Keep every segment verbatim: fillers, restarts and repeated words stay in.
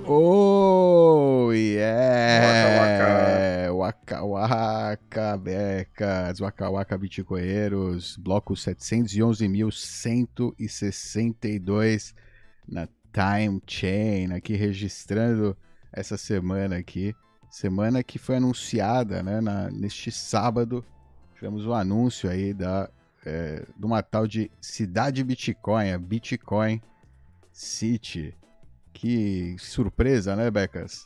Oh, Waka waka. yeah! Waka waka, becas, waka waka bitcoinheiros, bloco setecentos e onze mil cento e sessenta e dois na Time Chain, aqui registrando essa semana aqui, semana que foi anunciada, né, na, neste sábado, tivemos o um anúncio aí da, é, de uma tal de Cidade Bitcoin, a Bitcoin City. Que surpresa, né, Becas?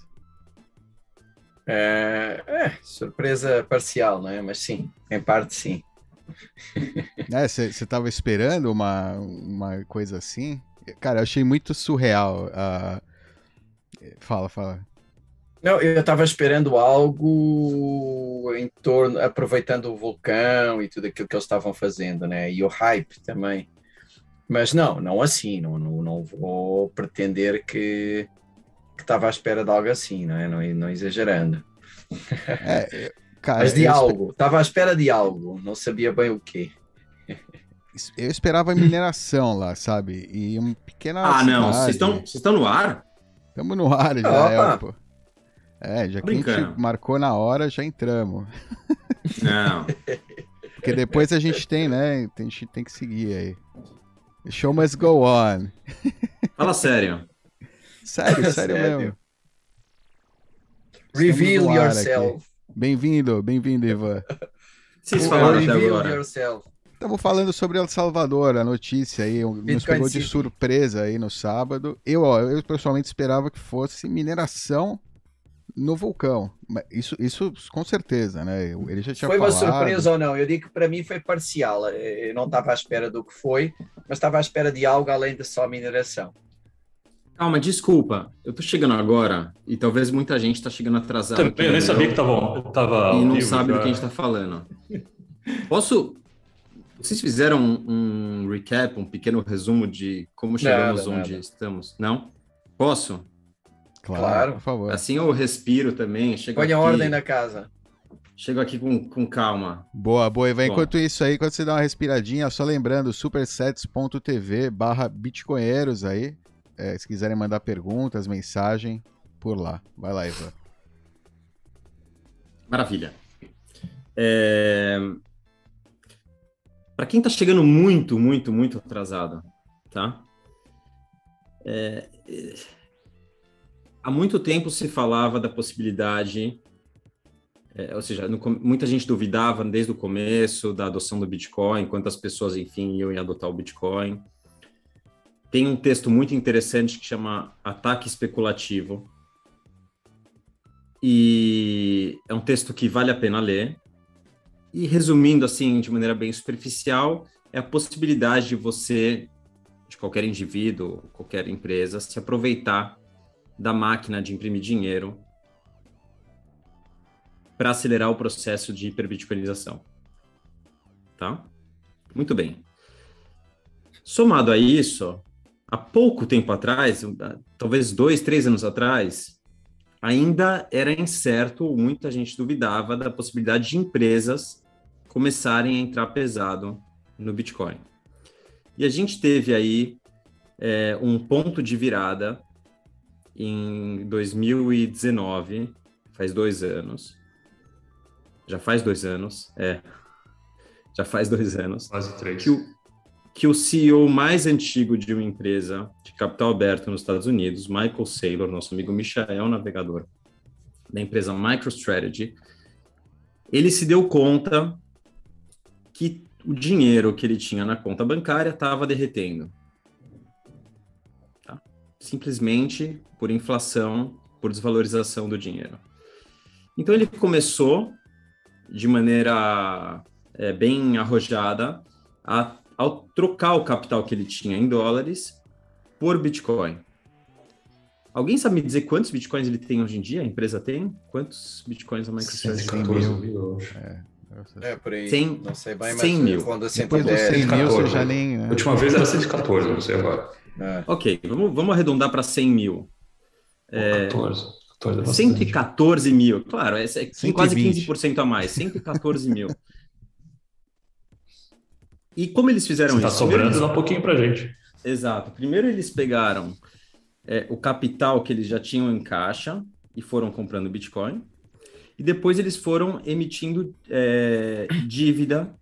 É, é, surpresa parcial, né? Mas sim, em parte sim. Você é, estava esperando uma, uma coisa assim? Cara, eu achei muito surreal. Uh... Fala, fala. Não, eu estava esperando algo em torno, aproveitando o vulcão e tudo aquilo que eles estavam fazendo, né? E o hype também. Mas não, não assim, não, não, não vou pretender que que estava à espera de algo assim, não é? Não, não exagerando. É, eu, cara, Mas de eu algo, estava à espera de algo, não sabia bem o quê. Eu esperava mineração lá, sabe? E uma pequena Ah, não, vocês cidade. estão no ar? Estamos no ar já, é, pô. É, já que a gente marcou na hora, já entramos. Não. Porque depois a gente tem, né? A gente tem que seguir aí. The show must go on. Fala sério. Sério, sério, Sério. mesmo. Reveal yourself. Bem-vindo, bem-vindo, Ivan. Vocês falaram até Reveal agora. yourself. Estamos falando sobre El Salvador, a notícia aí, Bitcoin nos pegou City. de surpresa aí no sábado. Eu, ó, eu pessoalmente esperava que fosse mineração no vulcão. Isso, isso com certeza, né? Ele já tinha Foi falado. uma surpresa ou não? Eu digo que para mim foi parcial. Eu não estava à espera do que foi, mas estava à espera de algo além de só mineração. Calma, desculpa. Eu tô chegando agora e talvez muita gente tá chegando atrasado. Também, eu nem sabia que tava, tava E não vivo, sabe já. do que a gente tá falando. Posso... Vocês fizeram um, um recap, um pequeno resumo de como chegamos Nada, onde nada. estamos? Não? Posso? Claro, Claro. por favor. Assim eu respiro também. Chego Ponha aqui, ordem na casa. Chego aqui com, com calma. Boa, boa, Ivan. Bom. Enquanto isso aí, quando você dá uma respiradinha, só lembrando, supersets ponto tv barra bitcoinheiros aí. É, se quiserem mandar perguntas, mensagem, por lá. Vai lá, Ivan. Maravilha. É... Para quem está chegando muito, muito, muito atrasado, tá? É... Há muito tempo se falava da possibilidade, é, ou seja, no, muita gente duvidava desde o começo da adoção do Bitcoin, quantas pessoas, enfim, iam adotar o Bitcoin. Tem um texto muito interessante que chama Ataque Especulativo. E é um texto que vale a pena ler. E resumindo assim, de maneira bem superficial, é a possibilidade de você, de qualquer indivíduo, qualquer empresa, se aproveitar da máquina de imprimir dinheiro para acelerar o processo de hiperbitcoinização. Tá? Muito bem. Somado a isso, há pouco tempo atrás, talvez dois, três anos atrás, ainda era incerto, muita gente duvidava da possibilidade de empresas começarem a entrar pesado no Bitcoin. E a gente teve aí é, um ponto de virada em dois mil e dezenove, faz dois anos, já faz dois anos, é, já faz dois anos, Quase três. que o, que o C E O mais antigo de uma empresa de capital aberto nos Estados Unidos, Michael Saylor, nosso amigo Michael, navegador da empresa MicroStrategy, ele se deu conta que o dinheiro que ele tinha na conta bancária estava derretendo. Tá? Simplesmente por inflação, por desvalorização do dinheiro. Então ele começou, de maneira é, bem arrojada, a, ao trocar o capital que ele tinha em dólares por Bitcoin. Alguém sabe me dizer quantos Bitcoins ele tem hoje em dia? A empresa tem? Quantos Bitcoins a MicroStrategy tem? quatorze mil, eu acho. É, É por aí. cem, não sei bem, mas cem mil. ronda depois dos cento e dez. cem mil, você quatorze. já nem... Né? A última vez era cento e quatorze, não sei agora. É. Ok, vamos, vamos arredondar para cem mil. É, quatorze. quatorze é cento e bastante. quatorze mil, claro, é, é cento e quase vinte. quinze por cento a mais, cento e quatorze mil. E como eles fizeram Se tá isso? sobrando, Primeiro dá um pouquinho pra gente. eles- Exato. Primeiro eles pegaram é, o capital que eles já tinham em caixa e foram comprando Bitcoin. E depois eles foram emitindo é, dívida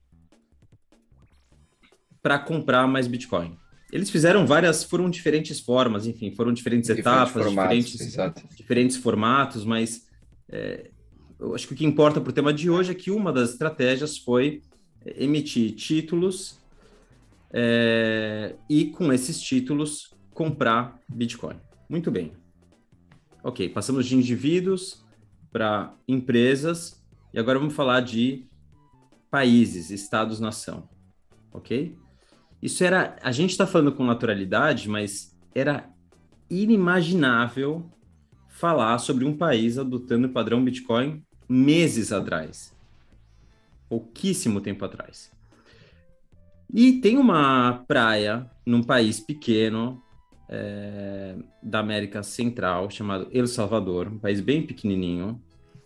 para comprar mais Bitcoin. Eles fizeram várias, foram diferentes formas, enfim, foram diferentes, Diferentes etapas, formatos, diferentes, exato. diferentes formatos, mas é, eu acho que o que importa para o tema de hoje é que uma das estratégias foi emitir títulos é, e, com esses títulos, comprar Bitcoin. Muito bem. Ok, passamos de indivíduos para empresas e agora vamos falar de países, estados-nação, ok? Isso era, a gente está falando com naturalidade, mas era inimaginável falar sobre um país adotando o padrão Bitcoin meses atrás, pouquíssimo tempo atrás. E tem uma praia num país pequeno é, da América Central, chamado El Salvador, um país bem pequenininho,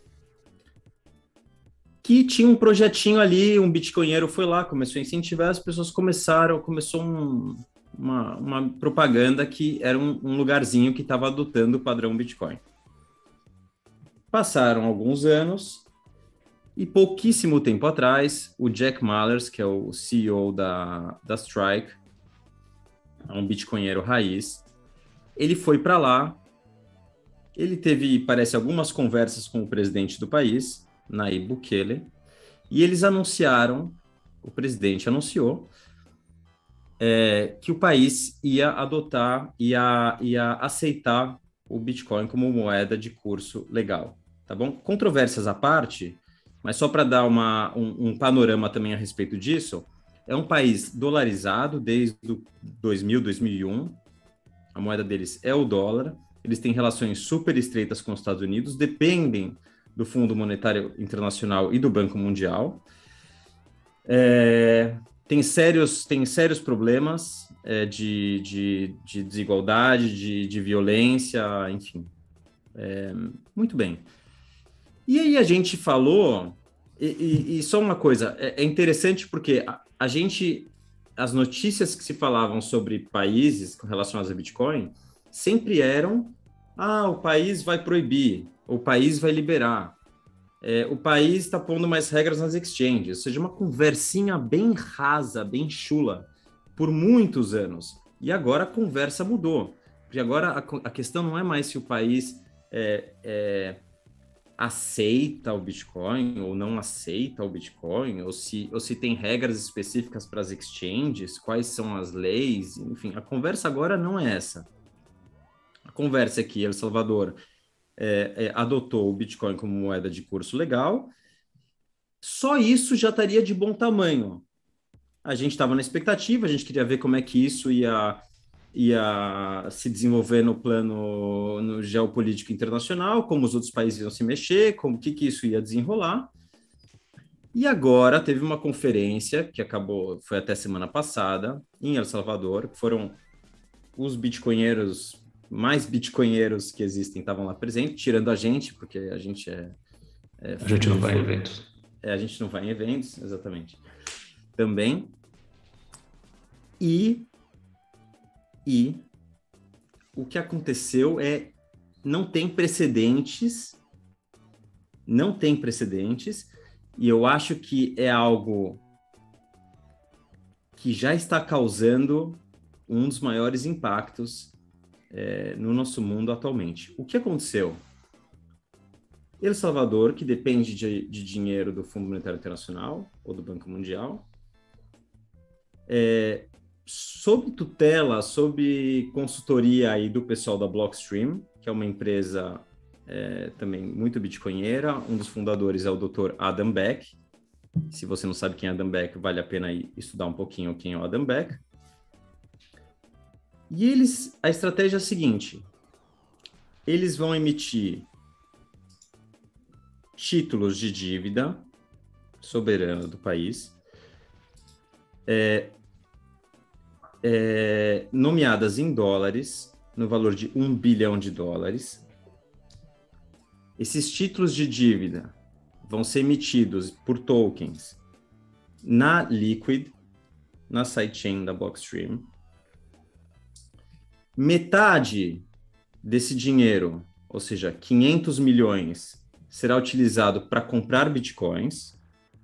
que tinha um projetinho ali, um bitcoinheiro foi lá, começou a incentivar, as pessoas começaram, começou um, uma, uma propaganda que era um, um lugarzinho que estava adotando o padrão Bitcoin. Passaram alguns anos e pouquíssimo tempo atrás, o Jack Mallers, que é o C E O da, da Strike, um bitcoinheiro raiz, ele foi para lá, ele teve, parece, algumas conversas com o presidente do país, Nayib Bukele, e eles anunciaram, o presidente anunciou, é, que o país ia adotar, ia, ia aceitar o Bitcoin como moeda de curso legal, tá bom? Controvérsias à parte, mas só para dar uma, um, um panorama também a respeito disso, é um país dolarizado desde dois mil, dois mil e um, a moeda deles é o dólar, eles têm relações super estreitas com os Estados Unidos, dependem do Fundo Monetário Internacional e do Banco Mundial. É, tem, sérios, tem sérios problemas é, de, de, de desigualdade, de, de violência, enfim. É, muito bem. E aí a gente falou, e, e, e só uma coisa, é, é interessante porque a, a gente, as notícias que se falavam sobre países relacionados a Bitcoin sempre eram, ah, o país vai proibir, o país vai liberar, é, o país está pondo mais regras nas exchanges, ou seja, uma conversinha bem rasa, bem chula, por muitos anos. E agora a conversa mudou, porque agora a, a questão não é mais se o país é, é, aceita o Bitcoin ou não aceita o Bitcoin, ou se, ou se tem regras específicas para as exchanges, quais são as leis, enfim, a conversa agora não é essa. A conversa é que El Salvador É, é, adotou o Bitcoin como moeda de curso legal, só isso já estaria de bom tamanho. A gente estava na expectativa, a gente queria ver como é que isso ia, ia se desenvolver no plano no geopolítico internacional, como os outros países iam se mexer, como que, que isso ia desenrolar. E agora teve uma conferência que acabou, foi até semana passada, em El Salvador, que foram os bitcoinheiros mais bitcoinheiros que existem estavam lá presentes, tirando a gente, porque a gente é... é a gente não vai em eventos. É, a gente não vai em eventos, exatamente. Também. E, e o que aconteceu é, não tem precedentes, não tem precedentes, e eu acho que é algo que já está causando um dos maiores impactos É, no nosso mundo atualmente. O que aconteceu? El Salvador, que depende de, de dinheiro do Fundo Monetário Internacional ou do Banco Mundial, é, sob tutela, sob consultoria aí do pessoal da Blockstream, que é uma empresa é, também muito bitcoinheira, um dos fundadores é o doutor Adam Back. Se você não sabe quem é Adam Back, vale a pena ir estudar um pouquinho quem é o Adam Back. E eles, a estratégia é a seguinte, eles vão emitir títulos de dívida soberana do país, é, é, nomeadas em dólares, no valor de um bilhão de dólares. Esses títulos de dívida vão ser emitidos por tokens na Liquid, na sidechain da Blockstream. Metade desse dinheiro, ou seja, quinhentos milhões, será utilizado para comprar bitcoins,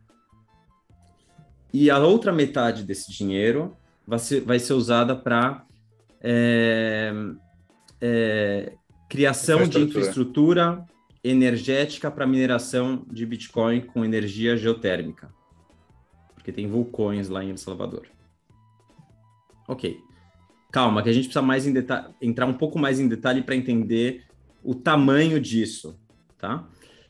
e a outra metade desse dinheiro vai ser, vai ser usada para é, é, criação de infraestrutura energética para mineração de Bitcoin com energia geotérmica, porque tem vulcões lá em El Salvador. Ok. Calma, que a gente precisa mais em detalhe, entrar um pouco mais em detalhe para entender o tamanho disso, tá?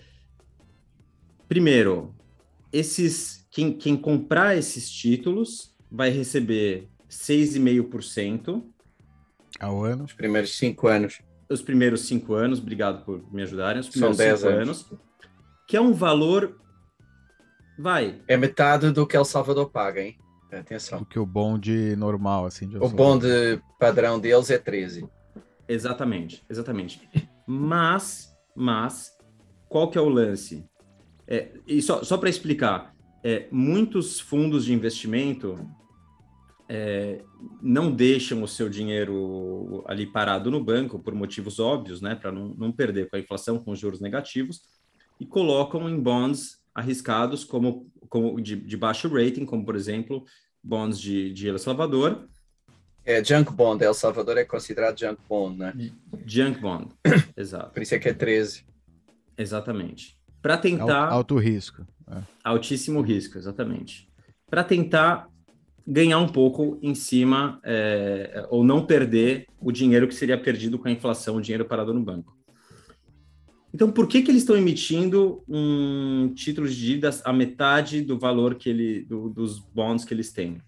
Primeiro, esses, quem, quem comprar esses títulos vai receber seis vírgula cinco por cento ao ano. Os primeiros cinco anos. Os primeiros cinco anos, obrigado por me ajudarem. Os São primeiros dez cinco anos. anos, que é um valor, vai. É metade do que El Salvador paga, hein? Atenção. Do que o bonde normal, assim. De o bonde padrão deles é treze. Exatamente, exatamente. Mas, mas, qual que é o lance? É, e só, só para explicar, é, muitos fundos de investimento é, não deixam o seu dinheiro ali parado no banco por motivos óbvios, né, para não, não perder com a inflação, com os juros negativos, e colocam em bonds arriscados como, como de, de baixo rating, como, por exemplo, bonds de, de El Salvador. É junk bond, El Salvador é considerado junk bond, né? Junk bond, exato. Por isso é que é treze. Exatamente. Para tentar... Alto, alto risco. É. Altíssimo risco, exatamente. Para tentar ganhar um pouco em cima, é, ou não perder o dinheiro que seria perdido com a inflação, o dinheiro parado no banco. Então, por que que eles estão emitindo um título de dívida a metade do valor que ele, do, dos bonds que eles têm?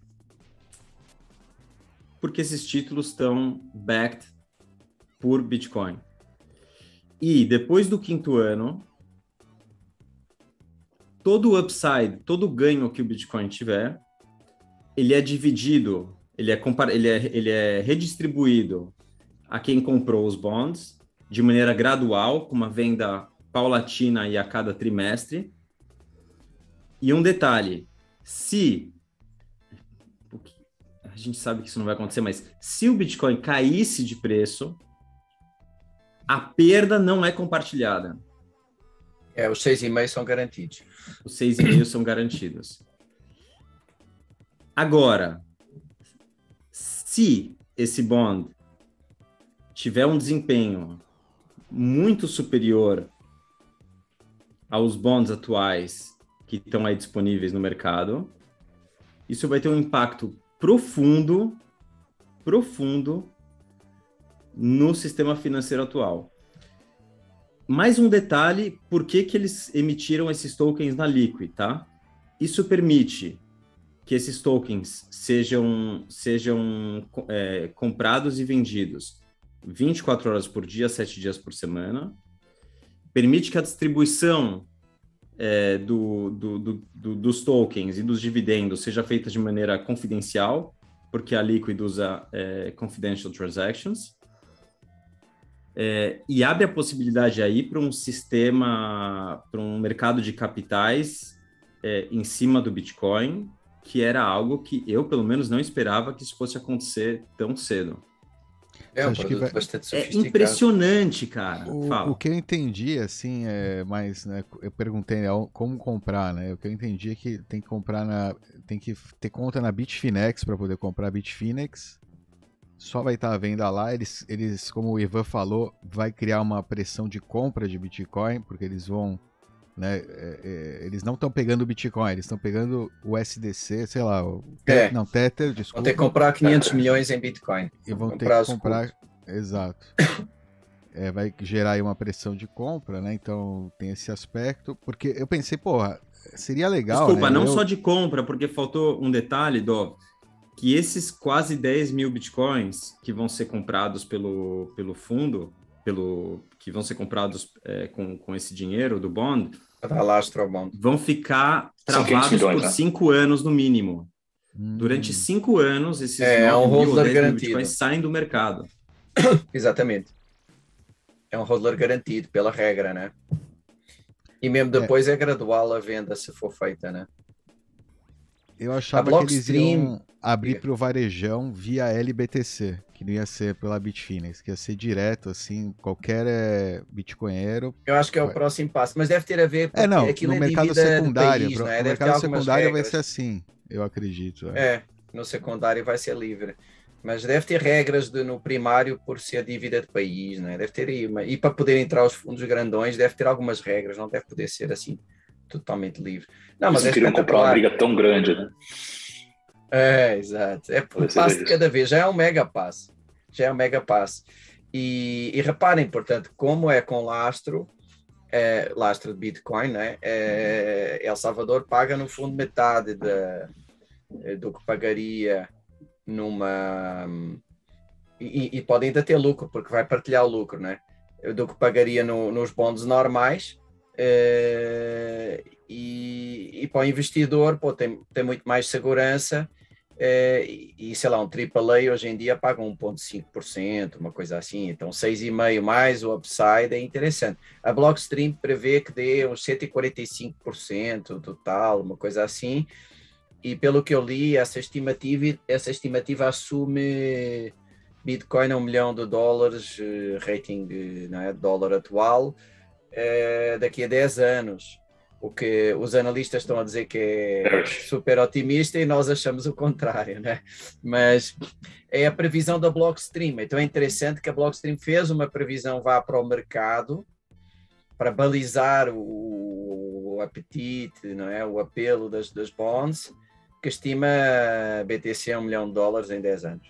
Porque esses títulos estão backed por Bitcoin. E depois do quinto ano, todo o upside, todo o ganho que o Bitcoin tiver, ele é dividido, ele é, ele é, ele é redistribuído a quem comprou os bonds de maneira gradual, com uma venda paulatina e a cada trimestre. E um detalhe, se... A gente sabe que isso não vai acontecer, mas se o Bitcoin caísse de preço, a perda não é compartilhada. É, os seis vírgula cinco são garantidos. Os seis vírgula cinco são garantidos. Agora, se esse bond tiver um desempenho muito superior aos bonds atuais que estão aí disponíveis no mercado, isso vai ter um impacto profundo, profundo no sistema financeiro atual. Mais um detalhe, por que que eles emitiram esses tokens na Liquid, tá? Isso permite que esses tokens sejam, sejam é, comprados e vendidos vinte e quatro horas por dia, sete dias por semana. Permite que a distribuição é, do, do, do, do, dos tokens e dos dividendos seja feita de maneira confidencial, porque a Liquid usa é, confidential transactions. É, e abre a possibilidade aí para um sistema, para um mercado de capitais é, em cima do Bitcoin, que era algo que eu, pelo menos, não esperava que isso fosse acontecer tão cedo. É um Acho que produto vai- bastante É sofisticado. impressionante, cara. O, Fala. o que eu entendi, assim, é mais, né? Eu perguntei, né, como comprar, né? O que eu entendi é que tem que comprar na. Tem que ter conta na Bitfinex para poder comprar a Bitfinex. Só vai estar à venda lá. Eles, eles, como o Ivan falou, vai criar uma pressão de compra de Bitcoin, porque eles vão. Né, é, é, eles não estão pegando o Bitcoin, eles estão pegando o S D C, sei lá, o É. não, Tether, Vão desculpa, ter que comprar quinhentos milhões em Bitcoin. e vão Vão ter comprar que os comprar, exato. É, vai gerar aí uma pressão de compra, né? Então tem esse aspecto, porque eu pensei, porra, seria legal, Desculpa, né? não eu... só de compra, porque faltou um detalhe, Dó, que esses quase dez mil bitcoins que vão ser comprados pelo, pelo fundo, pelo, que vão ser comprados é, com, com esse dinheiro do bond, Da Lastro Bond. vão ficar São quinhentos travados milhões, por né? cinco anos no mínimo. Hum, Durante cinco anos, esses É, é um nove mil ou holder dez mil garantido. bitcoins saem do mercado. Exatamente. É um hodler garantido, pela regra, né? E mesmo depois é, gradual a venda, se for feita, né? Eu achava que eles iam abrir para o varejão via L B T C, que não ia ser pela Bitfinex, que ia ser direto, assim, qualquer é, bitcoinheiro. Eu acho que é o vai... próximo passo, mas deve ter a ver é, não, aquilo no é mercado secundário, país, pro, não é? no Deve mercado ter secundário regras. vai ser assim, eu acredito. É. é, no secundário vai ser livre. Mas deve ter regras de, no primário por ser a dívida de país, né? Deve ter aí uma, e para poder entrar os fundos grandões deve ter algumas regras, não deve poder ser assim totalmente livre. Não, Eles mas não é queriam comprar uma briga tão grande, né? É, exato. É um passo de cada vez, já é um mega passo. Já é um mega passo. E, e reparem, portanto, como é com lastro, é, lastro de Bitcoin, né? É, El Salvador paga no fundo metade de, do que pagaria numa e, e pode ainda ter lucro, porque vai partilhar o lucro, né? Do que pagaria no, nos bonds normais, eh, e, e para o investidor, pô, tem, tem muito mais segurança, eh, e, e sei lá, um triplo A hoje em dia paga um vírgula cinco por cento, uma coisa assim, então seis vírgula cinco por cento mais o upside é interessante. A Blockstream prevê que dê uns cento e quarenta e cinco por cento total, uma coisa assim. E pelo que eu li, essa estimativa, essa estimativa assume Bitcoin a um milhão de dólares, rating, não é, dólar atual, é, daqui a dez anos. O que os analistas estão a dizer que é super otimista e nós achamos o contrário, né? Mas é a previsão da Blockstream. Então é interessante que a Blockstream fez uma previsão, vá para o mercado, para balizar o, o apetite, não é? O apelo das, das bonds, que estima B T C a um milhão de dólares em dez anos.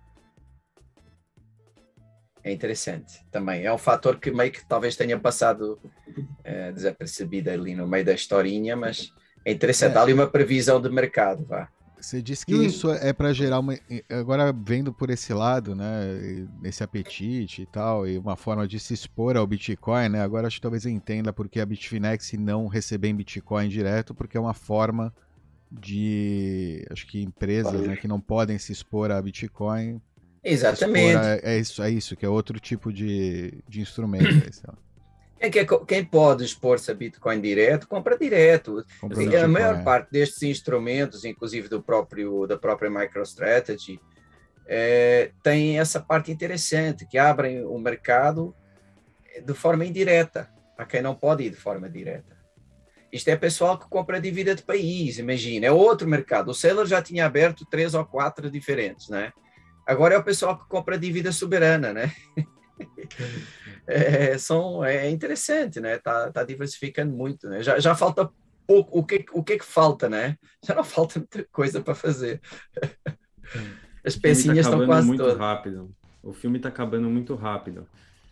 É interessante também. É um fator que meio que talvez tenha passado é, desapercebido ali no meio da historinha, mas é interessante. É. Há ali uma previsão de mercado, vá. Você disse que hum. isso é para gerar uma... Agora, vendo por esse lado, né, esse apetite e tal, e uma forma de se expor ao Bitcoin, né, agora acho que talvez eu entenda porque a Bitfinex não receber em Bitcoin direto, porque é uma forma de, acho que empresas, né, que não podem se expor a Bitcoin. Exatamente. A, é, isso, é isso, que é outro tipo de, de instrumento. É que quem pode expor-se a Bitcoin direto, compra direto. Compra Bitcoin, a maior é. parte destes instrumentos, inclusive do próprio, da própria MicroStrategy, é, tem essa parte interessante, que abrem o mercado de forma indireta, para quem não pode ir de forma direta. Isto é pessoal que compra dívida de país, imagina, é outro mercado. O Saylor já tinha aberto três ou quatro diferentes, né? Agora é o pessoal que compra dívida soberana, né? É, são, é interessante, né? Tá, tá diversificando muito, né? Já, já falta pouco. O que, o que é que falta, né? Já não falta muita coisa para fazer. As pecinhas tá estão quase muito todas. rápido. O filme está acabando muito rápido.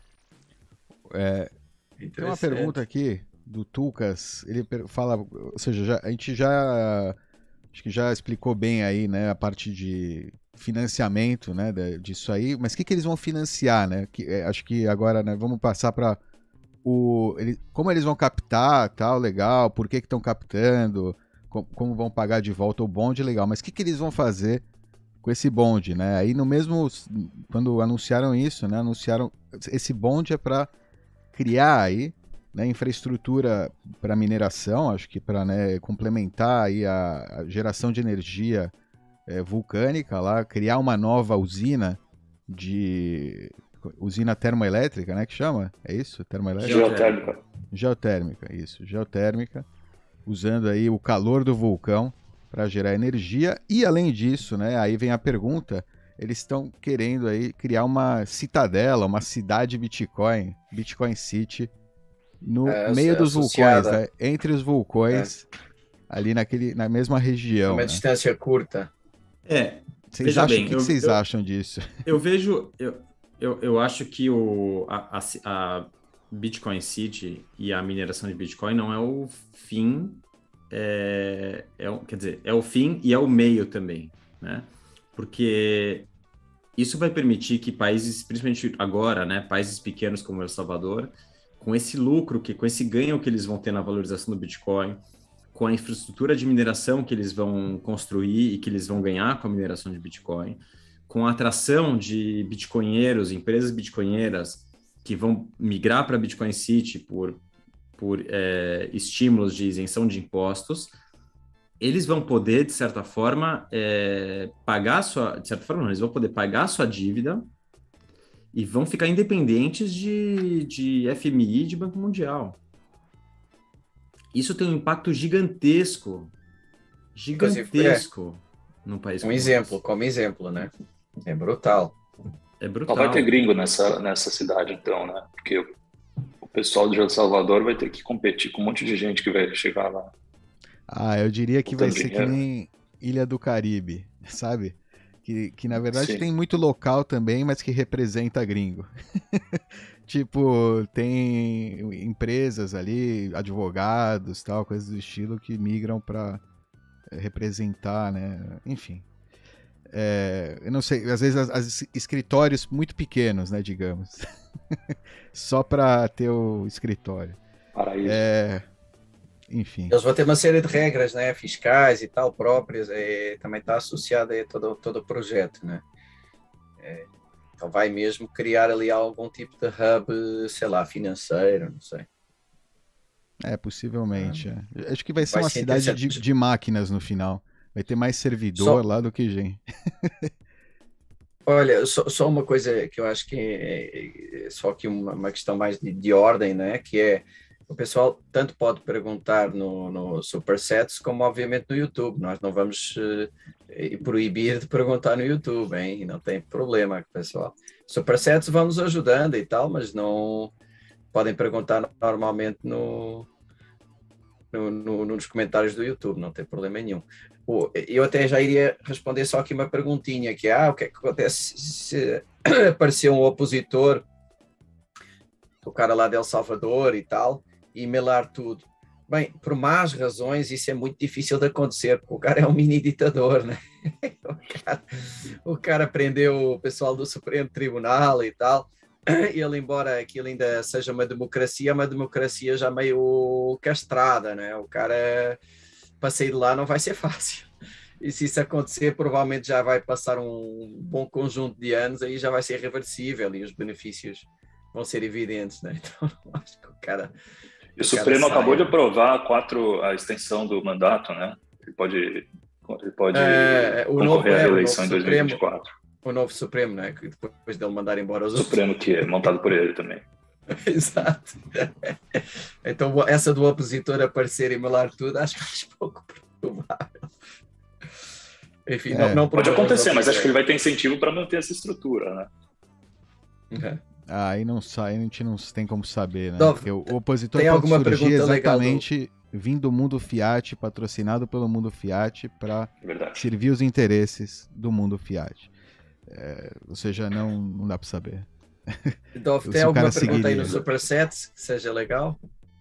É, tem uma pergunta aqui do Tucas. Ele fala, ou seja, já, a gente já acho que já explicou bem aí, né? A parte de financiamento, né, disso aí, mas o que, que eles vão financiar, né? Que, é, acho que agora, né, vamos passar para o ele, como eles vão captar, tal, legal, por que que estão captando, com, como vão pagar de volta o bonde, legal, mas o que que eles vão fazer com esse bonde, né? Aí no mesmo, quando anunciaram isso, né, anunciaram esse bonde é para criar aí, né, infraestrutura para mineração, acho que para, né, complementar aí a, a geração de energia É, vulcânica lá, criar uma nova usina de usina termoelétrica, né, que chama? É isso? Termoelétrica? Geotérmica. Geotérmica, isso, geotérmica, usando aí o calor do vulcão para gerar energia. E além disso, né, aí vem a pergunta, eles estão querendo aí criar uma citadela, uma cidade Bitcoin, Bitcoin City, no é, meio dos associada. vulcões, né, entre os vulcões, é. ali naquele, na mesma região. Uma né? distância curta. É, vocês acham, bem, o que, eu, que vocês eu, acham disso? Eu vejo, eu, eu, eu acho que o, a, a, a Bitcoin City e a mineração de Bitcoin não é o fim, é, é, quer dizer, é o fim e é o meio também, né? Porque isso vai permitir que países, principalmente agora, né, países pequenos como El Salvador, com esse lucro, que, com esse ganho que eles vão ter na valorização do Bitcoin, com a infraestrutura de mineração que eles vão construir e que eles vão ganhar com a mineração de Bitcoin, com a atração de bitcoinheiros, empresas bitcoinheiras que vão migrar para Bitcoin City por, por é, estímulos de isenção de impostos, eles vão poder, de certa forma, é, pagar a sua... De certa forma, não, eles vão poder pagar a sua dívida e vão ficar independentes de, de F M I e de Banco Mundial. Isso tem um impacto gigantesco, gigantesco é, num país um como exemplo, esse. como exemplo, né? É brutal. É brutal. Só vai ter gringo nessa, nessa cidade, então, né? Porque o pessoal de El Salvador vai ter que competir com um monte de gente que vai chegar lá. Ah, eu diria que vai Botando ser que dinheiro. nem Ilha do Caribe, sabe? Que, que na verdade Sim. tem muito local também, mas que representa gringo. Tipo, tem empresas ali, advogados, tal, coisas do estilo que migram para representar, né? Enfim. É, eu não sei, às vezes as, as escritórios muito pequenos, né, digamos. Só para ter o escritório. Paraíso. É, enfim. Eles vão ter uma série de regras, né, fiscais e tal, próprias, é, também está associado a todo, todo o projeto, né? É, então vai mesmo criar ali algum tipo de hub, sei lá, financeiro, não sei. É, possivelmente. É. Acho que vai ser Vai uma ser cidade de, interessante. de máquinas no final. Vai ter mais servidor Só- lá do que gente. Olha, só, só uma coisa que eu acho que é, é só que uma, uma questão mais de, de ordem, né? Que é o pessoal tanto pode perguntar no, no Supersets como obviamente no YouTube. Nós não vamos eh, proibir de perguntar no YouTube, hein? Não tem problema, pessoal. Supersets vamos ajudando e tal, mas não podem perguntar normalmente no, no, no- nos comentários do YouTube, não tem problema nenhum. O- Eu até já iria responder só aqui uma perguntinha, que é, ah, o que é que acontece se aparecer um opositor, o cara lá de El Salvador e tal, e melar tudo? Bem, por más razões, isso é muito difícil de acontecer, porque o cara é um mini ditador, né? O cara, o cara prendeu o pessoal do Supremo Tribunal e tal. Ele, embora aquilo ainda seja uma democracia, é uma democracia já meio castrada, né? O cara, para sair de lá não vai ser fácil. E se isso acontecer, provavelmente já vai passar um bom conjunto de anos, aí já vai ser reversível e os benefícios vão ser evidentes, né? Então, acho que o cara... E o Supremo acabou de aprovar quatro, a extensão do mandato, né? Ele pode, ele pode É, o novo- concorrer à é, o reeleição em novo dois mil e vinte e quatro. O novo Supremo, né? Que depois dele mandar embora os O outros. Supremo que é montado por ele também. Exato. Então, essa do opositor aparecer e melar tudo, acho que acho pouco provável. Enfim, É, não, não por Pode uma acontecer, razão mas acho que ele qualquer. vai ter incentivo para manter essa estrutura, né? Uhum. Ah, aí não sai, a gente não tem como saber, né? Dov, Porque o opositor tem pode alguma surgir pergunta legal do- exatamente vindo do mundo Fiat, patrocinado pelo mundo Fiat, para É verdade. servir os interesses do mundo Fiat. É, ou seja, não, não dá para saber. Dov, Se tem o alguma cara pergunta aí seguiria. no Supersets que seja legal?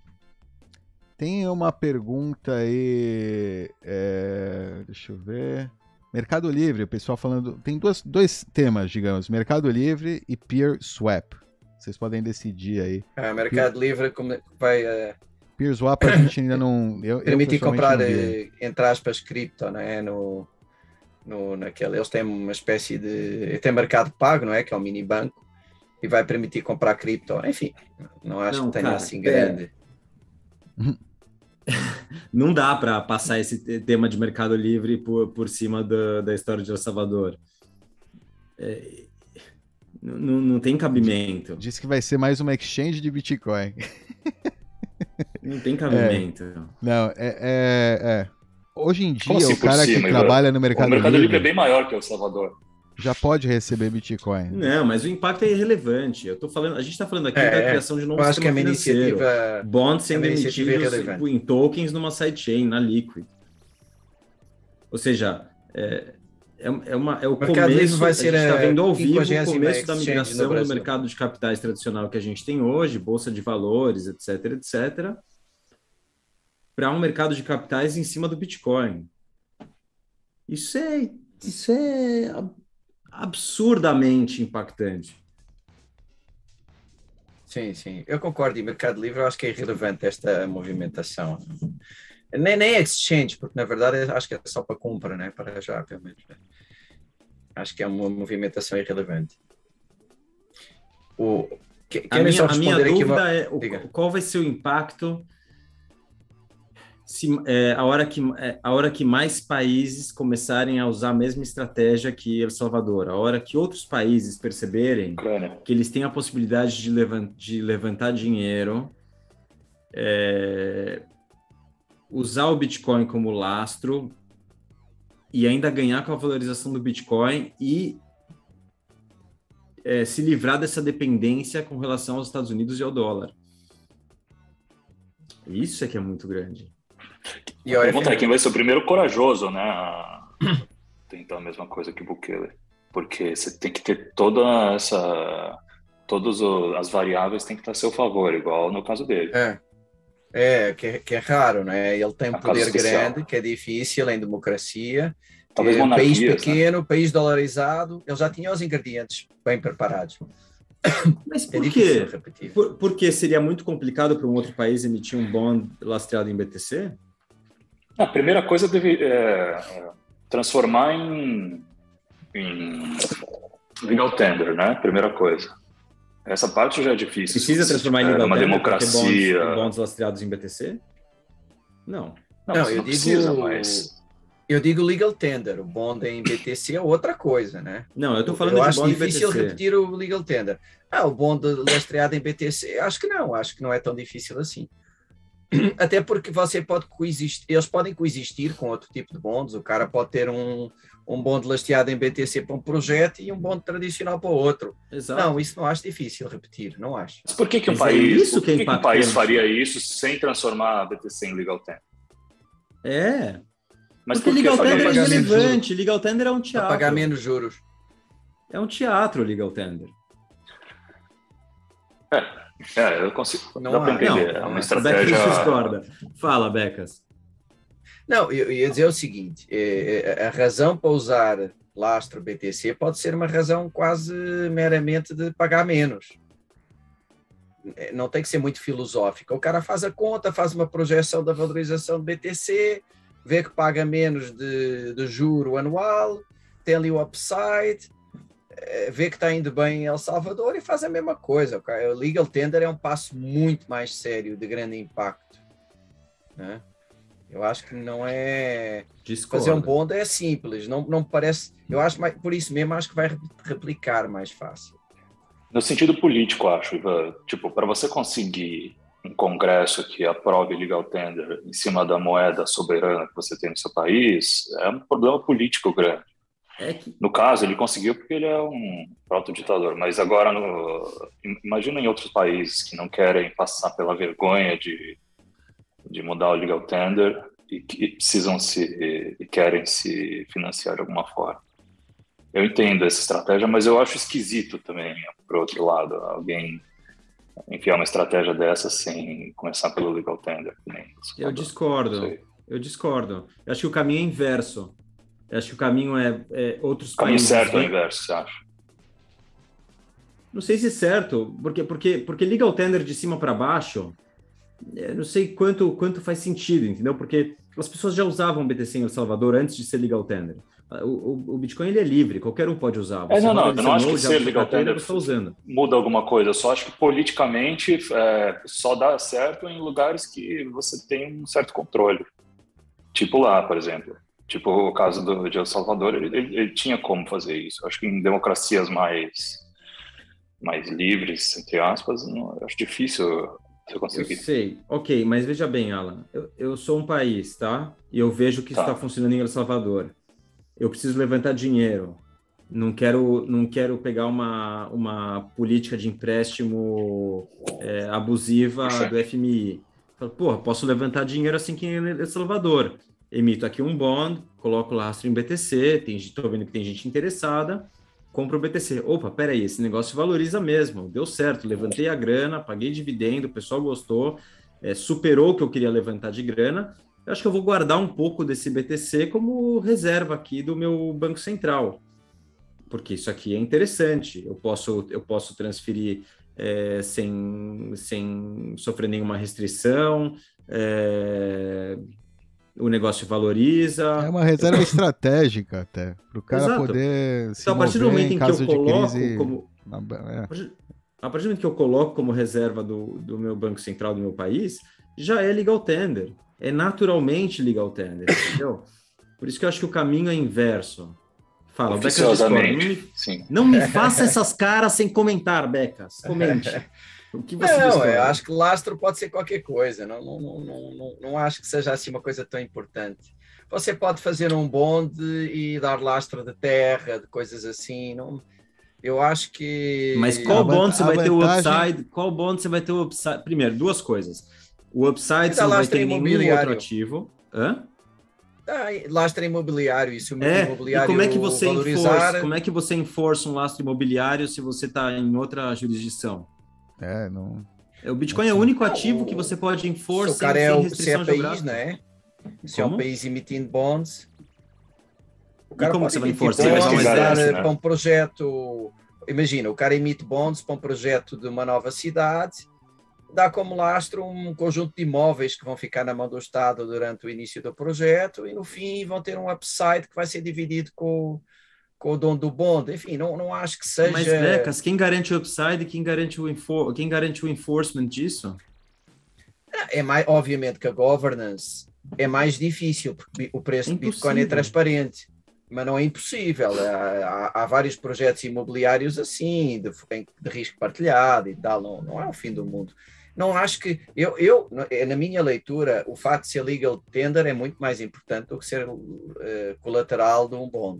Tem uma pergunta aí. é, deixa eu ver. Mercado Livre, o pessoal falando. Tem duas, dois temas, digamos: Mercado Livre e Peer Swap. Vocês podem decidir aí. Ah, Mercado Livre como vai eh, Peer Swap a gente ainda não. Eu, eu permitir pessoalmente comprar, não vi. eh, entre aspas, cripto, não é? No, no, naquele, eles têm uma espécie de... Tem mercado pago, não é? Que é um mini banco. E vai permitir comprar cripto. Enfim, não acho Não, que tenha cara, assim é- grande... Não dá para passar esse te- tema de Mercado Livre por, por cima da, da história de El Salvador. É, não, não- não tem cabimento. Disse que vai ser mais uma exchange de Bitcoin. Não tem cabimento. Não, é. é- é. Hoje em dia, Como assim o por cara cima, que Ivan? trabalha no O Mercado, Mercado Livre, Livre é bem maior que o Salvador. já pode receber Bitcoin. Não, mas o impacto é irrelevante. Eu tô falando, a gente está falando aqui É, da é. criação de um novo Eu acho que é sistema uma financeiro. iniciativa... Bonds sendo é uma iniciativa emitidos irrelevante. em tokens numa sidechain, na Liquid. Ou seja, é, é, é uma, é o Mercado Livre começo, vai a ser gente está a vendo ao vivo o quinquagésima começo da exchange no migração do Brasil. mercado de capitais tradicional que a gente tem hoje, bolsa de valores, etc, etc, para um mercado de capitais em cima do Bitcoin. Isso é, isso é ab- absurdamente impactante. Sim, sim, eu concordo. E Mercado Livre, eu acho que é irrelevante esta movimentação. Nem, nem exchange, porque na verdade eu acho que é só para compra, né? Para já, pelo menos. Né? Acho que é uma movimentação irrelevante. O, que- A querem minha, só a minha responder aqui dúvida uma... é o- Diga. qual vai ser o impacto se, é, a, hora que, é, a hora que mais países começarem a usar a mesma estratégia que El Salvador, a hora que outros países perceberem Ucrânia. que eles têm a possibilidade de, levan de levantar dinheiro, é, usar o Bitcoin como lastro e ainda ganhar com a valorização do Bitcoin e é, se livrar dessa dependência com relação aos Estados Unidos e ao dólar. Isso é que é muito grande. E a pergunta é quem vai ser o primeiro corajoso, né, a tentar a mesma coisa que o Bukele, porque você tem que ter toda essa, todas as variáveis tem que estar a seu favor, igual no caso dele. É, é que, é que é raro, né? Ele tem um A casa poder especial. grande, que é difícil em democracia. Talvez é um país monarquias, pequeno, país dolarizado, ele já tinha os ingredientes bem preparados. Mas É por difícil quê? repetir. Por, porque seria muito complicado para um outro país emitir um bond lastreado em B T C? A primeira coisa deve é, transformar em, em legal tender, né? Primeira coisa. Essa parte já é difícil. Precisa transformar em É legal uma tender democracia. bonds, bonds lastreados em B T C? Não. Não, Não, você eu não digo- precisa, mas Eu digo legal tender, o bond em B T C é outra coisa, né? Não, eu estou falando eu de acho bond em difícil B T C. repetir o legal tender. Ah, o bond lastreado em B T C, acho que não, acho que não é tão difícil assim. Até porque você pode coexistir, eles podem coexistir com outro tipo de bonds, o cara pode ter um, um bond lastreado em B T C para um projeto e um bond tradicional para outro. Exato. Não, isso não acho difícil repetir, não acho. Mas por que, que um Mas é país, isso por que é que, que um país impactante. faria isso sem transformar a B T C em legal tender? É. Mas Porque por que legal faria tender é pagar isso? menos irrelevante. Legal tender é um Para teatro. pagar menos juros. É um teatro, legal tender. É, eu consigo. Não dá para há, entender. não, é uma não. estratégia. Becas discorda. Fala, Becas. Não, eu ia dizer o seguinte, é, é, a razão para usar lastro B T C pode ser uma razão quase meramente de pagar menos. É, não tem que ser muito filosófica. O cara faz a conta, faz uma projeção da valorização do B T C, vê que paga menos de, de juro anual, tem ali o upside, é, vê que está indo bem em El Salvador e faz a mesma coisa. Okay? O legal tender é um passo muito mais sério, de grande impacto, né? Eu acho que não é... Discorda. Fazer um bond é simples, não, não parece... Eu acho, mais, por isso mesmo, acho que vai replicar mais fácil. No sentido político, acho, Ivan, tipo, para você conseguir um congresso que aprove legal tender em cima da moeda soberana que você tem no seu país, é um problema político grande. É que... No caso, ele conseguiu porque ele é um proto-ditador, mas agora, no... imagina em outros países que não querem passar pela vergonha de, de mudar o legal tender e que precisam se e querem se financiar de alguma forma. Eu entendo essa estratégia, mas eu acho esquisito também, por outro lado, alguém enfiar uma estratégia dessa sem começar pelo legal tender. Eu discordo, eu discordo. Eu acho que o caminho é inverso. Eu acho que o caminho é, é outros o caminho países... certo é o inverso, você acha? Não sei se é certo, porque, porque, porque legal tender de cima para baixo, eu não sei quanto, quanto faz sentido, entendeu? Porque as pessoas já usavam B T C em El Salvador antes de ser legal tender. O, o, o Bitcoin ele é livre, qualquer um pode usar. É, não, não, eu não acho que já ser legal tender você está usando. muda alguma coisa. Eu só acho que politicamente é, só dá certo em lugares que você tem um certo controle. Tipo lá, por exemplo. Tipo o caso do, de El Salvador, ele, ele, ele tinha como fazer isso. Eu acho que em democracias mais, mais livres, entre aspas, não, eu acho difícil você conseguir. Eu sei, ok, mas veja bem, Alan, eu, eu sou um país, tá? E eu vejo que isso está Tá. funcionando em El Salvador. Eu preciso levantar dinheiro. Não quero, não quero pegar uma, uma política de empréstimo é, abusiva Certo. do F M I. Falo, porra, posso levantar dinheiro assim que em El Salvador. Emito aqui um bond, coloco o lastro em B T C, estou vendo que tem gente interessada, compro o B T C. Opa, peraí, esse negócio valoriza mesmo, deu certo, levantei a grana, paguei dividendo, o pessoal gostou, é, superou o que eu queria levantar de grana. Eu acho que eu vou guardar um pouco desse B T C como reserva aqui do meu Banco Central, porque isso aqui é interessante, eu posso, eu posso transferir é, sem, sem sofrer nenhuma restrição, é, o negócio valoriza. É uma reserva estratégica até, para o cara Exato. poder se Então, a partir do mover momento em em que eu caso de coloco crise. como... É. A partir do momento que eu coloco como reserva do, do meu Banco Central do meu país, já é legal tender. É naturalmente legal tender, entendeu? Por isso que eu acho que o caminho é inverso. Fala, o Becas discorda. Não me, sim. não me faça essas caras sem comentar, Becas. Comente. O que você não, discorda? eu acho que lastro pode ser qualquer coisa. Não, não, não, não, não, não acho que seja assim uma coisa tão importante. Você pode fazer um bonde e dar lastro de terra, de coisas assim. Não, eu acho que... Mas qual bonde você vai ter o vantagem... upside? Qual bonde você vai ter o upside? Primeiro, duas coisas. O upside você não vai ter nenhum outro ativo. Hã? Ah, lastro imobiliário, isso é, imobiliário e como é que você valorizar... enforce, como é que você enforça um lastro imobiliário se você está em outra jurisdição? É, não... O Bitcoin é o único ativo não, que você pode enforçar se o cara sem, é sem o, restrição se é país, geográfica. Né? Se como? É um país emitindo bonds... O cara e como pode você vai emitir enforçar? bonds, Vai dar, né? para um projeto... Imagina, o cara emite bonds para um projeto de uma nova cidade... dá como lastro um conjunto de imóveis que vão ficar na mão do Estado durante o início do projeto e, no fim, vão ter um upside que vai ser dividido com, com o dono do bonde. Enfim, não, não acho que seja... Mas, Becas, quem garante o upside e quem garante o, enfor... quem garante o enforcement disso? É mais, obviamente que a governance é mais difícil, porque o preço é do Bitcoin é transparente. Mas não é impossível. Há, há, há vários projetos imobiliários assim, de, de risco partilhado e tal. Não, não é o fim do mundo. Não acho que... Eu, eu, na minha leitura, o facto de ser legal tender é muito mais importante do que ser uh, colateral de um bond.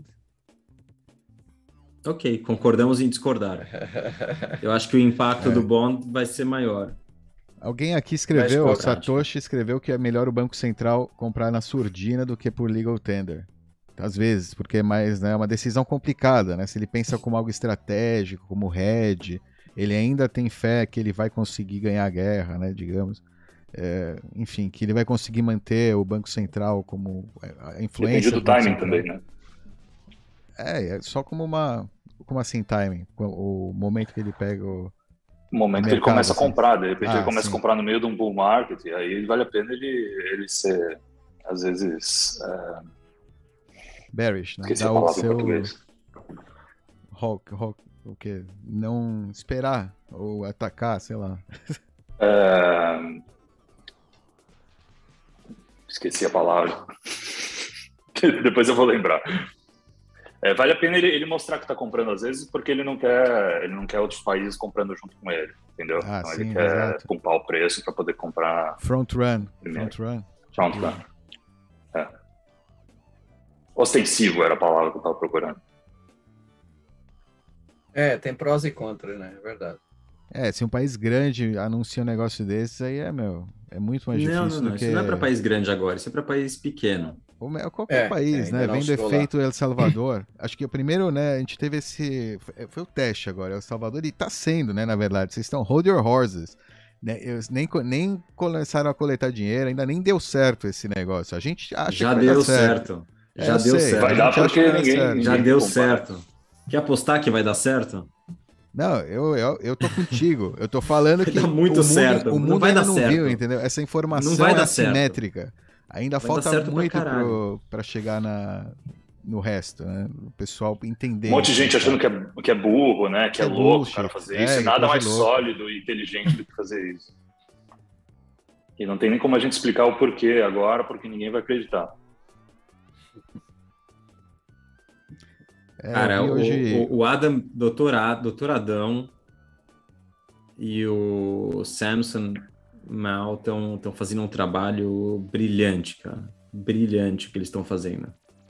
Ok, concordamos em discordar. Eu acho que o impacto é. do bond vai ser maior. Alguém aqui escreveu, o Satoshi escreveu que é melhor o Banco Central comprar na surdina do que por legal tender. Às vezes, porque é mais, né, uma decisão complicada, né? Se ele pensa como algo estratégico, como hedge, ele ainda tem fé que ele vai conseguir ganhar a guerra, né, digamos. É, enfim, que ele vai conseguir manter o Banco Central como a influência. Depende do, do timing Central. Também, né? É, é só como uma... Como assim timing? O momento que ele pega o... O momento o que mercado, ele começa assim. a comprar, de repente ah, ele começa sim. a comprar no meio de um bull market, e aí vale a pena ele, ele ser, às vezes... É... Bearish, né? Esqueci Dá a palavra o seu... em português. Hawk, hawk, o quê? Não esperar ou atacar, sei lá. É... Esqueci a palavra. Depois eu vou lembrar. É, vale a pena ele, ele mostrar que está comprando às vezes, porque ele não quer, ele não quer outros países comprando junto com ele, entendeu? Ah, então sim, ele quer exato. pumpar o preço para poder comprar. Front run. Primeiro. Front run. Front run. É. Ostensivo era a palavra que eu estava procurando. É, tem prós e contras, né? É verdade. É, se um país grande anuncia um negócio desses, aí é, meu, é muito mais difícil não, não, não. do que... Isso não é para país grande agora, isso é para país pequeno. Qualquer é, país, é, né? Vem do efeito lá. El Salvador. Acho que o primeiro, né, a gente teve esse... Foi o teste agora, El Salvador, e tá sendo, né, na verdade. Vocês estão hold your horses. Né? Eles nem, nem começaram a coletar dinheiro, ainda nem deu certo esse negócio. A gente acha Já que vai deu dar certo. certo. É, Já deu sei, certo. Vai dar porque ninguém, ninguém Já deu compara. certo. Quer apostar que vai dar certo? Não, eu, eu, eu tô contigo. Eu tô falando vai que dar muito o mundo, certo. o mundo não vai ainda dar não certo. viu, entendeu? Essa informação não vai é dar assimétrica. Certo. Ainda vai falta muito pro, para chegar na, no resto, né? O pessoal entender. Um monte de gente achando que é, que é burro, né? Que, que é, é louco o cara fazer é, isso. E nada mais louco. sólido e inteligente do que fazer isso. E não tem nem como a gente explicar o porquê agora, porque ninguém vai acreditar. É, cara, o, hoje... o, o Adam, doutor, doutor Adão e o Samson Mal estão fazendo um trabalho brilhante, cara. Brilhante o que eles estão fazendo.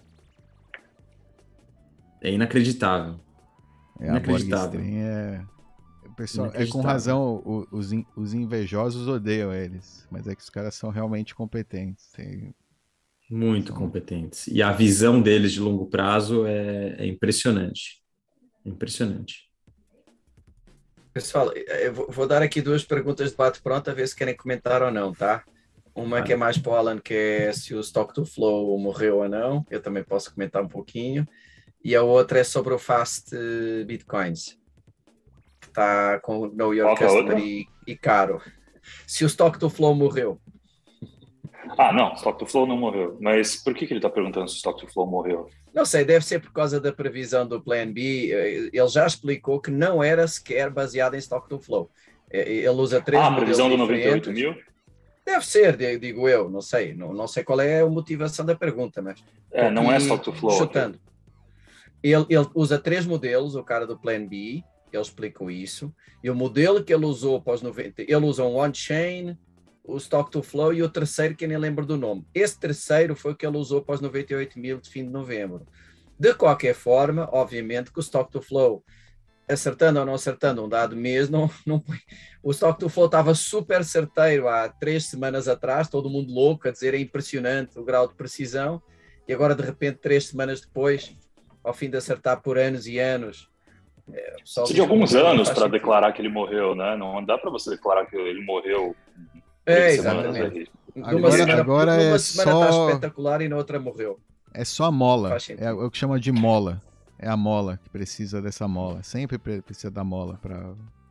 É inacreditável. É, inacreditável. A é... O pessoal, é com razão, o, os, os invejosos odeiam eles, mas é que os caras são realmente competentes. Tem... Muito são... competentes. E a visão deles de longo prazo é, é impressionante. Impressionante. Pessoal, eu vou dar aqui duas perguntas de bate-pronto a ver se querem comentar ou não, tá? Uma que é mais para o Alan, que é se o Stock to Flow morreu ou não. Eu também posso comentar um pouquinho. E a outra é sobre o Fast Bitcoins, que está com o Know Your Customer e, e caro. Se o Stock to Flow morreu. Ah, não, o Stock to Flow não morreu. Mas por que, que ele está perguntando se o Stock to Flow morreu? Não sei, deve ser por causa da previsão do Plan B. Ele já explicou que não era sequer baseado em Stock to Flow. Ele usa três ah, modelos previsão do diferentes. noventa e oito mil? Deve ser, digo eu, não sei. Não, não sei qual é a motivação da pergunta, mas... É, não é stock to flow. Chutando. Ele, ele usa três modelos, o cara do Plan B, ele explicou isso. E o modelo que ele usou para os noventa... Ele usa um on-chain, o stock to flow e o terceiro que eu nem lembro do nome. Esse terceiro foi o que ele usou para os noventa e oito mil de fim de novembro. De qualquer forma, obviamente que o stock to flow, acertando ou não acertando um dado mês, não, não, o stock to flow estava super certeiro há três semanas atrás, todo mundo louco a dizer é impressionante o grau de precisão, e agora de repente três semanas depois, ao fim de acertar por anos e anos... É, Precisa de alguns anos para declarar que ele morreu, né? Não dá para você declarar que ele morreu... É, exatamente. Agora, semana, agora é uma semana só... está espetacular e na outra morreu. É só a mola, é o que chama de mola. É a mola que precisa dessa mola. Sempre precisa da mola para.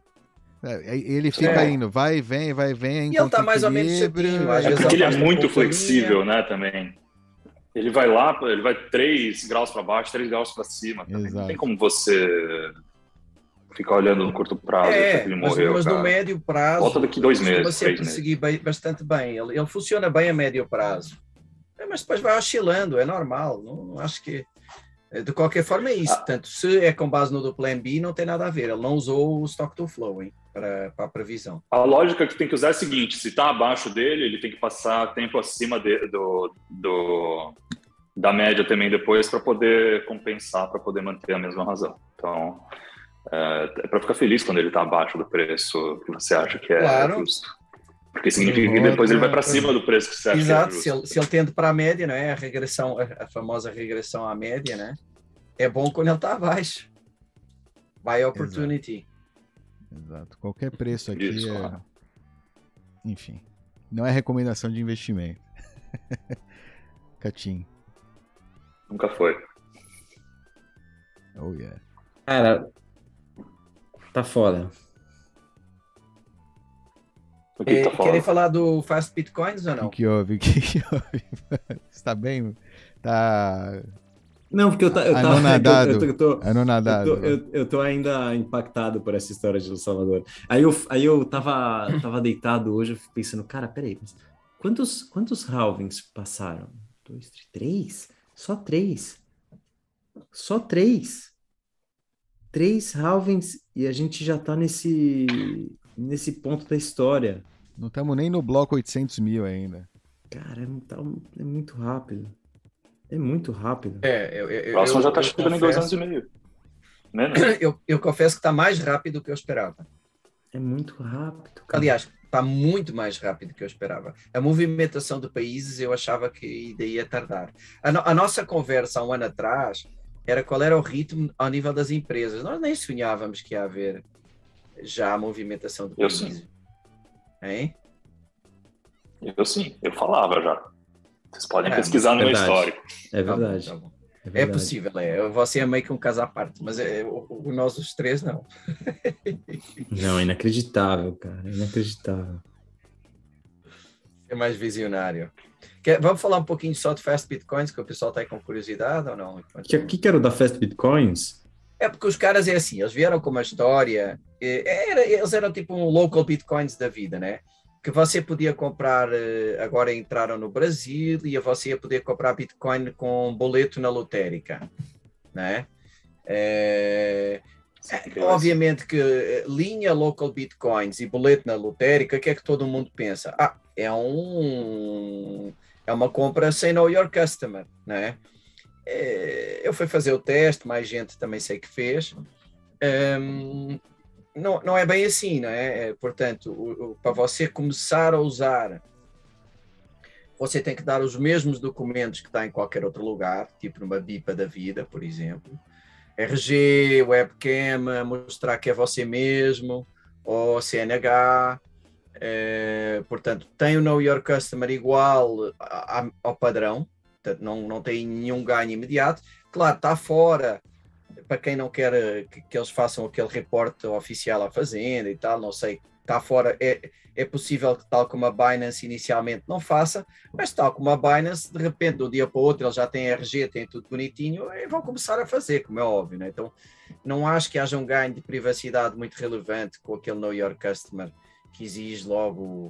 É, ele fica é. indo, vai e vem, vai e vem. E ele tá mais ou menos certinho. É porque ele é muito flexível, né? Também. Ele vai lá, ele vai três graus para baixo, três graus para cima. Também. Não tem como você ficar olhando no curto prazo. É, que ele mas, morreu, mas no médio prazo. Volta daqui dois meses. Você conseguir bastante bem. Ele, ele funciona bem a médio prazo. É, mas depois vai oscilando, é normal. Não, não acho que. De qualquer forma, é isso. Ah. Portanto, se é com base no do Plan B, não tem nada a ver. Ele não usou o stock to flow hein, para, para a previsão. A lógica que tem que usar é a seguinte: se está abaixo dele, ele tem que passar tempo acima de, do, do, da média também depois para poder compensar, para poder manter a mesma razão. Então, é, é para ficar feliz quando ele está abaixo do preço que você acha que é claro. justo. Porque significa que depois ele vai para cima do preço que você acha Exato, que é se ele, se ele tende para a média, não é? A regressão, a famosa regressão à média, né? É bom quando ele está abaixo. Buy opportunity. Exato. Exato. Qualquer preço aqui Isso, é... Claro. Enfim, não é recomendação de investimento. Catim. Nunca foi. Oh, yeah. Cara, tá foda. É, tá querem falar do Fast Bitcoins ou não? O que, que houve? O que, que houve? Está bem? Tá... Não, porque eu, tá, eu anonadado. Eu, eu, eu, tô, anonadado. Eu, tô, eu, eu tô ainda impactado por essa história de El Salvador. Aí eu, aí eu tava, tava deitado hoje, eu fico pensando, cara, peraí, mas quantos, quantos halvings passaram? Dois, três? Só três. Só três. Três halvings e a gente já tá nesse... nesse ponto da história. Não estamos nem no bloco oitocentos mil ainda. Cara, é, tá, é muito rápido. É muito rápido. É, eu, eu, o próximo eu, já está confesso, chegando em dois anos e meio. Menos. Eu, eu confesso que está mais rápido do que eu esperava. É muito rápido. Cara. Aliás, está muito mais rápido do que eu esperava. A movimentação de países eu achava que ainda ia tardar. A, no, a nossa conversa há um ano atrás era qual era o ritmo ao nível das empresas. Nós nem sonhávamos que ia haver já a movimentação do país. Eu sim. Hein? Eu sim, eu falava já. Vocês podem é, pesquisar no meu histórico. É verdade. Tá bom, tá bom. É, verdade. É possível, é. Você é meio que um caso à parte, mas é, o, o, nós os três não. Não, é inacreditável, cara. É inacreditável. É mais visionário. Quer, vamos falar um pouquinho só de Fast Bitcoins, que o pessoal está aí com curiosidade ou não? O que, que, que era o da Fast Bitcoins? É porque os caras é assim, eles vieram com uma história, era, eles eram tipo um local bitcoins da vida, né? Que você podia comprar, agora entraram no Brasil e você ia poder comprar bitcoin com boleto na lotérica, né? É, é, obviamente que linha local bitcoins e boleto na lotérica, o que é que todo mundo pensa? Ah, é um é uma compra sem know your customer, né? Eu fui fazer o teste, mais gente também sei que fez. Um, não, não é bem assim, não é? Portanto, o, o, para você começar a usar, você tem que dar os mesmos documentos que está em qualquer outro lugar, tipo numa bipa da vida, por exemplo. R G, webcam, mostrar que é você mesmo, ou C N H. É, portanto, tem o Know Your Customer igual a, a, ao padrão. Não, não tem nenhum ganho imediato. Claro, está fora, para quem não quer que, que eles façam aquele reporte oficial à Fazenda e tal, não sei, está fora, é, é possível que tal como a Binance inicialmente não faça, mas tal como a Binance, de repente, de um dia para o outro, eles já têm R G, têm tudo bonitinho, e vão começar a fazer, como é óbvio, né? Então, não acho que haja um ganho de privacidade muito relevante com aquele Know Your Customer, que exige logo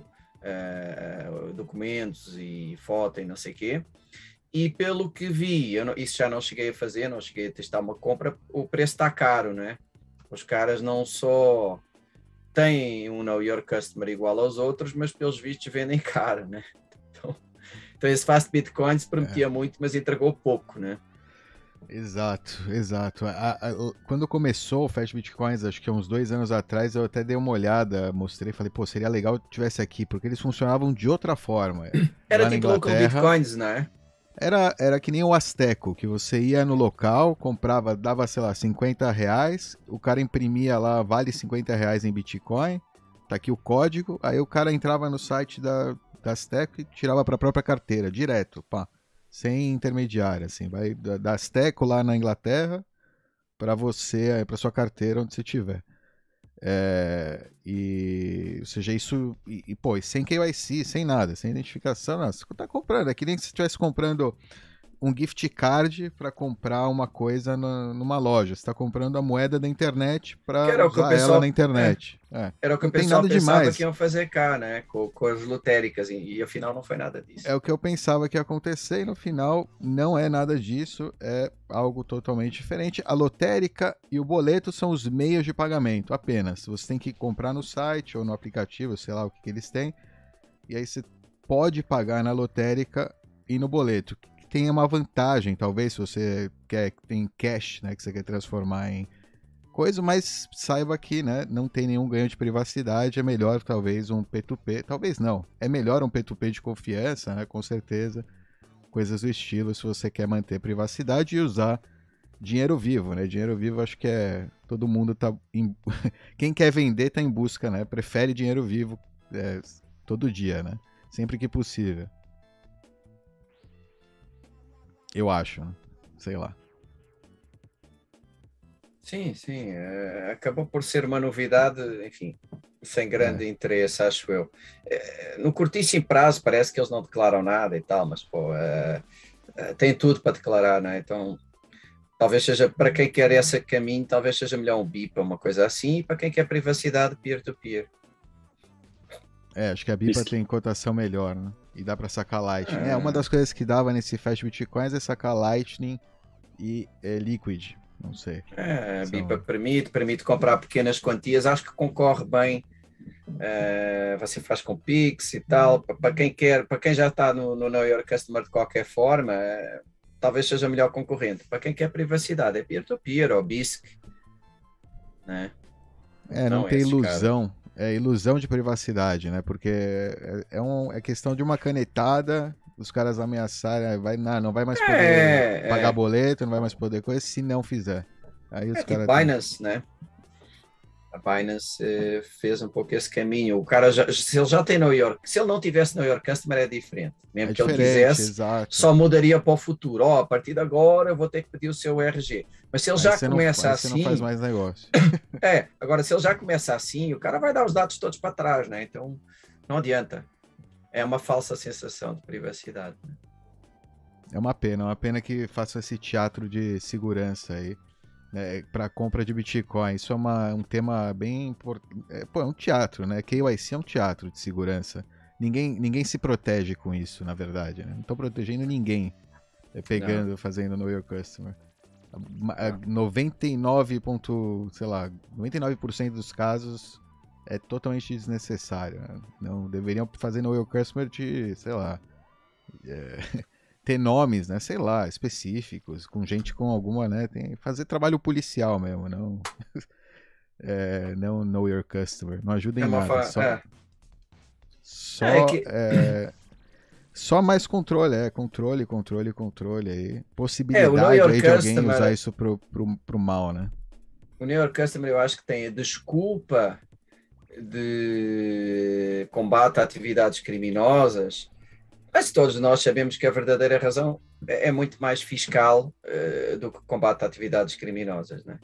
uh, documentos e foto e não sei o quê. E pelo que vi, eu não, isso já não cheguei a fazer, não cheguei a testar uma compra, o preço está caro, né? Os caras não só têm um Know Your Customer igual aos outros, mas pelos vistos vendem caro, né? Então, então esse Fast Bitcoins prometia é. muito, mas entregou pouco, né? Exato, exato. A, a, quando começou o Fast Bitcoins, acho que há uns dois anos atrás, eu até dei uma olhada, mostrei, falei, pô, seria legal que tivesse aqui, porque eles funcionavam de outra forma. Era tipo local Bitcoins, né? Era, era que nem o Azteco, que você ia no local, comprava, dava, sei lá, cinquenta reais, o cara imprimia lá, vale cinquenta reais em Bitcoin, tá aqui o código, aí o cara entrava no site da, da Azteco e tirava para a própria carteira, direto, pá, sem intermediário, assim, vai da, da Azteco lá na Inglaterra para você, para sua carteira onde você tiver. É, e, ou seja, isso, e, e pô, sem K Y C, sem nada, sem identificação, não, você tá comprando, é que nem se você estivesse comprando um gift card para comprar uma coisa na, numa loja, você está comprando a moeda da internet para usar pessoal, ela na internet. É, é. Era o que não o pessoal nada pensava demais. Que iam fazer cá, né, com, com as lotéricas, e, e afinal não foi nada disso. É o que eu pensava que ia acontecer e no final não é nada disso, é algo totalmente diferente. A lotérica e o boleto são os meios de pagamento, apenas. Você tem que comprar no site ou no aplicativo, sei lá o que, que eles têm, e aí você pode pagar na lotérica e no boleto. Tem uma vantagem, talvez, se você quer, tem cash, né, que você quer transformar em coisa, mas saiba que, né, não tem nenhum ganho de privacidade, é melhor talvez um P dois P, talvez não, é melhor um P dois P de confiança, né, com certeza, coisas do estilo, se você quer manter privacidade e usar dinheiro vivo, né, dinheiro vivo acho que é, todo mundo tá, em... quem quer vender tá em busca, né, prefere dinheiro vivo é, todo dia, né, sempre que possível. Eu acho, né? Sei lá. Sim, sim. É, acabou por ser uma novidade, enfim, sem grande é. interesse, acho eu. É, no curtíssimo prazo parece que eles não declaram nada e tal, mas pô, é, é, tem tudo para declarar, né? Então, talvez seja, para quem quer esse caminho, talvez seja melhor um B I P ou uma coisa assim, e para quem quer privacidade peer-to-peer. É, acho que a B I P A tem cotação melhor, né? E dá para sacar Lightning. É. é, uma das coisas que dava nesse Fast Bitcoins é sacar Lightning e é, Liquid, não sei. É, a São... B I P A permite, permite comprar pequenas quantias, acho que concorre bem, uh, você faz com Pix e tal, para quem quer, para quem já está no, no Know Your Customer de qualquer forma, uh, talvez seja o melhor concorrente. Para quem quer privacidade, é peer-to-peer ou B I S C, né? É, não, não tem ilusão. Cara. É ilusão de privacidade, né? Porque é, é, um, é questão de uma canetada, os caras ameaçarem, vai, não, não vai mais poder é, pagar é. boleto, não vai mais poder coisa, se não fizer. Aí os é caras tipo Binance, tem... né? A Binance eh, fez um pouco esse caminho. O cara, já, se ele já tem Know Your, se ele não tivesse Know Your Customer é diferente. Mesmo é que ele quisesse, exato. Só mudaria para o futuro. Ó, oh, a partir de agora eu vou ter que pedir o seu R G. Mas se ele aí já começa não, assim... Você não faz mais negócio. É, agora se ele já começa assim, o cara vai dar os dados todos para trás, né? Então não adianta. É uma falsa sensação de privacidade. Né? É uma pena, é uma pena que façam esse teatro de segurança aí. É, para compra de Bitcoin, isso é uma, um tema bem importante. É, pô, é um teatro, né? K Y C é um teatro de segurança. Ninguém, ninguém se protege com isso, na verdade. Né? Não estão protegendo ninguém, é, pegando, não. fazendo Know Your Customer. A, a noventa e nove, sei lá, noventa e nove por cento dos casos é totalmente desnecessário. Né? Não deveriam fazer Know Your Customer de, sei lá. É, ter nomes, né, sei lá, específicos, com gente com alguma, né, tem fazer trabalho policial mesmo, não é, não Know Your Customer, não ajuda em é nada, fa... só, é. só, é que... é, só mais controle, é, controle, controle, controle aí, possibilidade é, aí de alguém customer... usar isso pro, pro, pro mal, né. O Know Your Customer eu acho que tem a desculpa de combate a atividades criminosas. Mas todos nós sabemos que a verdadeira razão é muito mais fiscal uh, do que combate a atividades criminosas, né?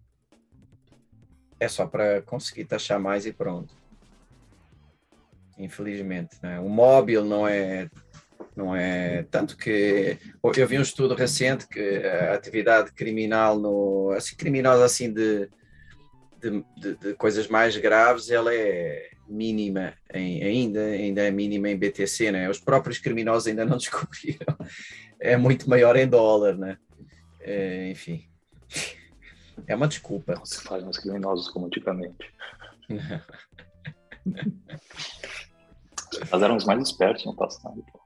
É só para conseguir taxar mais e pronto. Infelizmente, né? O móvel não é, não é... Tanto que eu vi um estudo recente que a atividade criminal, no, assim, criminosa assim de, de, de, de coisas mais graves, ela é mínima, em, ainda, ainda é mínima em B T C, né? Os próprios criminosos ainda não descobriram. É muito maior em dólar, né? É, enfim, é uma desculpa. Não se faz nos criminosos como antigamente. Mas eram os mais espertos no passado. Pô.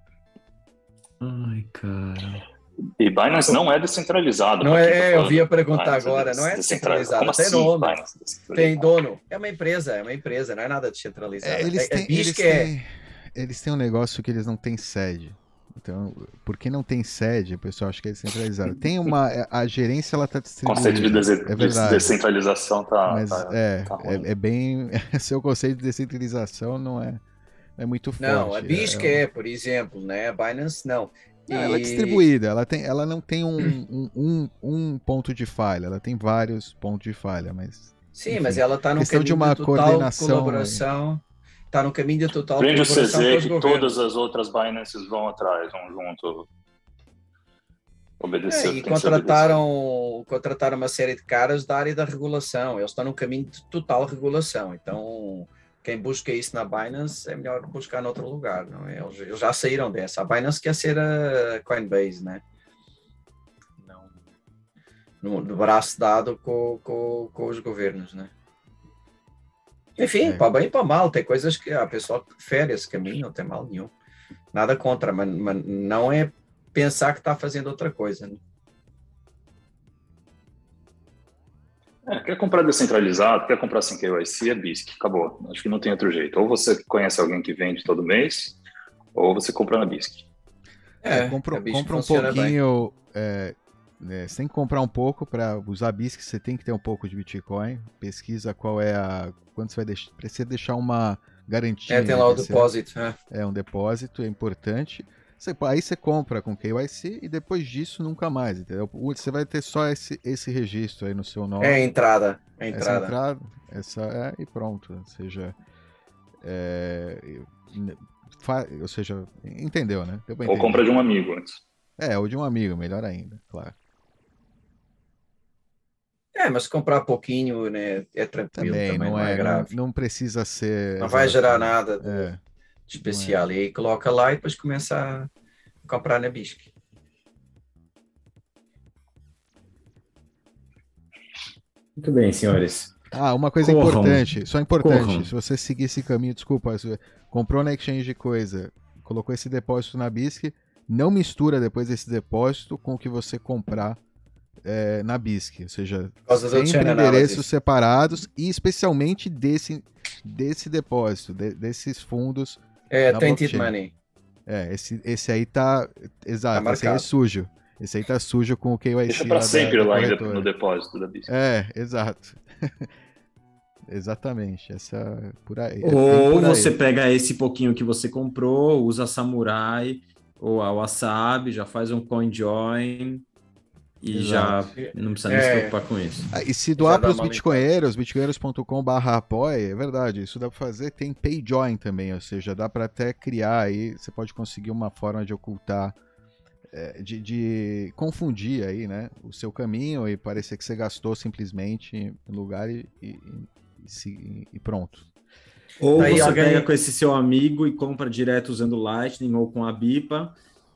Ai, cara. E Binance não é descentralizado. Não pra quem tá é, eu falando. via perguntar Binance agora, não é descentralizado, Como tem assim, nome, Binance descentralizado? tem dono, é uma empresa, é uma empresa, não é nada descentralizado. É, eles, É- é têm, BISC eles, é- têm, eles têm um negócio que eles não têm sede. Então, porque não tem sede, o pessoal acha que é descentralizado. Tem uma. A gerência ela está O distribuída. conceito de, dese- é de verdade. descentralização tá, Mas tá, é, tá ruim. é, é bem. Seu conceito de descentralização não é, não é muito forte. Não, a BISC é, é, por exemplo, né? A Binance não. Não, ela é E- distribuída, ela, tem, ela não tem um, um, um, um ponto de falha, ela tem vários pontos de falha, mas. Sim, enfim, mas ela está no questão caminho de uma de total coordenação, colaboração. Está no caminho de total Prende o colaboração com C Z os que governos. todas as outras Binances vão atrás, vão junto. Obedecer É, o que e tem que ser contrataram, contrataram uma série de caras da área da regulação. Eles estão no caminho de total regulação. Então, quem busca isso na Binance é melhor buscar noutro lugar. Não é? Eles, eles já saíram dessa. A Binance quer ser a Coinbase, né? Não, no, no braço dado com, com, com os governos, né? Enfim, É. para bem e para mal. Tem coisas que a pessoa prefere esse caminho, não tem mal nenhum. Nada contra, mas, mas não é pensar que está fazendo outra coisa, né? É, quer comprar descentralizado, quer comprar sem K Y C, é BISC, acabou. Acho que não tem outro jeito. Ou você conhece alguém que vende todo mês, ou você compra na BISC. É, compra, a BISC compra um funciona bem. pouquinho. É, né, você tem que comprar um pouco para usar BISC, você tem que ter um pouco de Bitcoin. Pesquisa qual é a. Quando você vai deixar. Precisa deixar uma garantia. É, tem lá o desse- depósito. É. É um depósito, é importante. Você, aí você compra com K Y C e depois disso nunca mais, entendeu? Você vai ter só esse, esse registro aí no seu nome. É a entrada. A essa entrada. entrada, essa é, e pronto. Ou seja, é, fa- ou seja, entendeu, né? Deu pra Ou entender. compra de um amigo antes. É, ou de um amigo, melhor ainda, claro. É, mas comprar pouquinho, né, é tranquilo Também, também, não, não é é, não, grave. não precisa ser. Não vai exato, gerar nada de, É, de especial. E aí coloca lá e depois começa a comprar na BISC. Muito bem, senhores. Ah, uma coisa Corram. importante, só importante, Corram. se você seguir esse caminho, desculpa, se comprou na exchange de coisa, colocou esse depósito na BISC, não mistura depois esse depósito com o que você comprar é, na BISC, ou seja, causa do sempre chain endereços analysis. separados e especialmente desse, desse depósito, de- desses fundos. É, Na tainted blockchain. money. É, esse, esse aí tá, exato, Tá esse aí é marcado. sujo, esse aí tá sujo com o K Y C Deixa lá para da- sempre da lá ainda corretora. no depósito da BISC. É, exato. Exatamente, essa por aí. é bem Ou por aí. você pega esse pouquinho que você comprou, usa a Samurai ou a Wasabi, já faz um CoinJoin e Exato. já não precisa nem É. se preocupar com isso. Ah, e se Já doar dá para os uma bitcoinheiros, bitcoinheiros ponto com barra apoia, é verdade, isso dá para fazer, tem PayJoin também, ou seja, dá para até criar aí, você pode conseguir uma forma de ocultar, é, de, de confundir aí, né, o seu caminho e parecer que você gastou simplesmente no lugar e, e, e se- e pronto. Ou Aí você alguém- pega com esse seu amigo e compra direto usando Lightning ou com a Bipa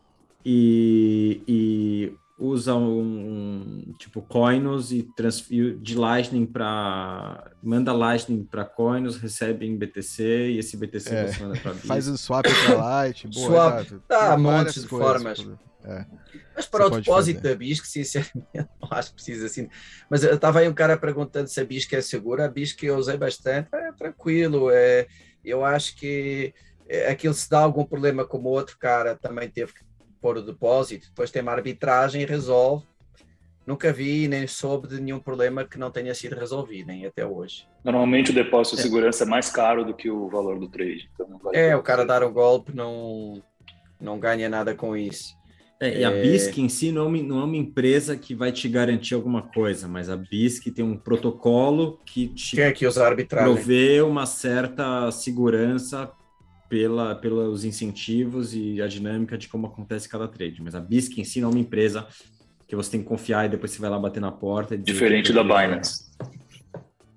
e, e usa um, um, tipo Coinos e transfere de Lightning para manda Lightning para Coinos, recebe em B T C e esse B T C É, você manda para Faz o swap para Light, boa, Swap, exato. dá Tem montes várias de coisas formas. pra- É. Mas Você para o pode depósito fazer. da BISC, sinceramente, não acho que precisa assim. Mas estava aí um cara perguntando se a BISC é segura. A BISC eu usei bastante, é tranquilo. É, eu acho que é, aquilo se dá algum problema como o outro cara também teve que pôr o depósito, depois tem uma arbitragem e resolve. Nunca vi nem soube de nenhum problema que não tenha sido resolvido, nem até hoje. Normalmente o depósito de segurança é mais caro do que o valor do trade. Então não vale a É, pena o cara você- dar um golpe não, não ganha nada com isso. É, e a BISC em si não é, uma, não é uma empresa que vai te garantir alguma coisa, mas a BISC tem um protocolo que te Quem é que usa a arbitragem? provê uma certa segurança pela, pelos incentivos e a dinâmica de como acontece cada trade. Mas a BISC em si não é uma empresa que você tem que confiar e depois você vai lá bater na porta. E dizer Diferente que- da Binance.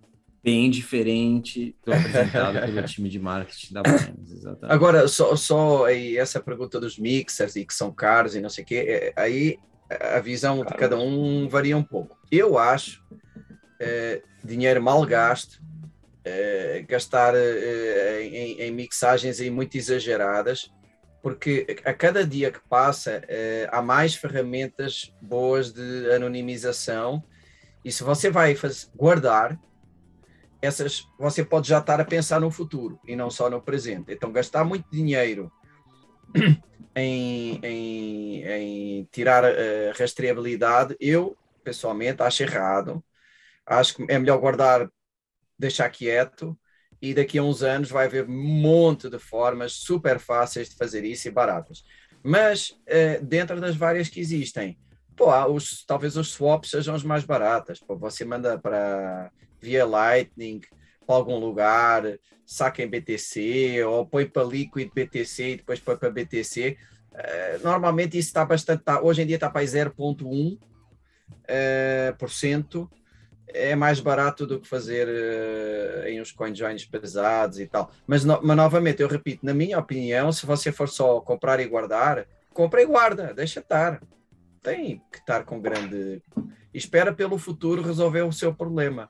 bem diferente do apresentado pelo time de marketing da Binance, exatamente. Agora, só, só aí essa pergunta dos mixers e que são caros e não sei o quê, aí a visão de cada um varia um pouco. Eu acho é, dinheiro mal gasto, é, gastar é, em, em mixagens aí muito exageradas, porque a cada dia que passa é, há mais ferramentas boas de anonimização, e se você vai fazer, guardar, essas, você pode já estar a pensar no futuro e não só no presente. Então, gastar muito dinheiro em, em, em tirar a rastreabilidade, eu, pessoalmente, acho errado. Acho que é melhor guardar, deixar quieto, e daqui a uns anos vai haver um monte de formas super fáceis de fazer isso e baratas. Mas, uh, dentro das várias que existem, pô, os, talvez os swaps sejam as mais baratas. Pô, você manda para via Lightning para algum lugar, saca em B T C, ou põe para Liquid B T C e depois põe para B T C. Uh, normalmente isso está bastante, tá, hoje em dia está para zero vírgula um por cento, uh, por cento. É mais barato do que fazer uh, em uns coinjoins pesados e tal. Mas, no, mas, novamente, eu repito, na minha opinião, se você for só comprar e guardar, compra e guarda, deixa estar. Tem que estar com grande... Espera pelo futuro resolver o seu problema.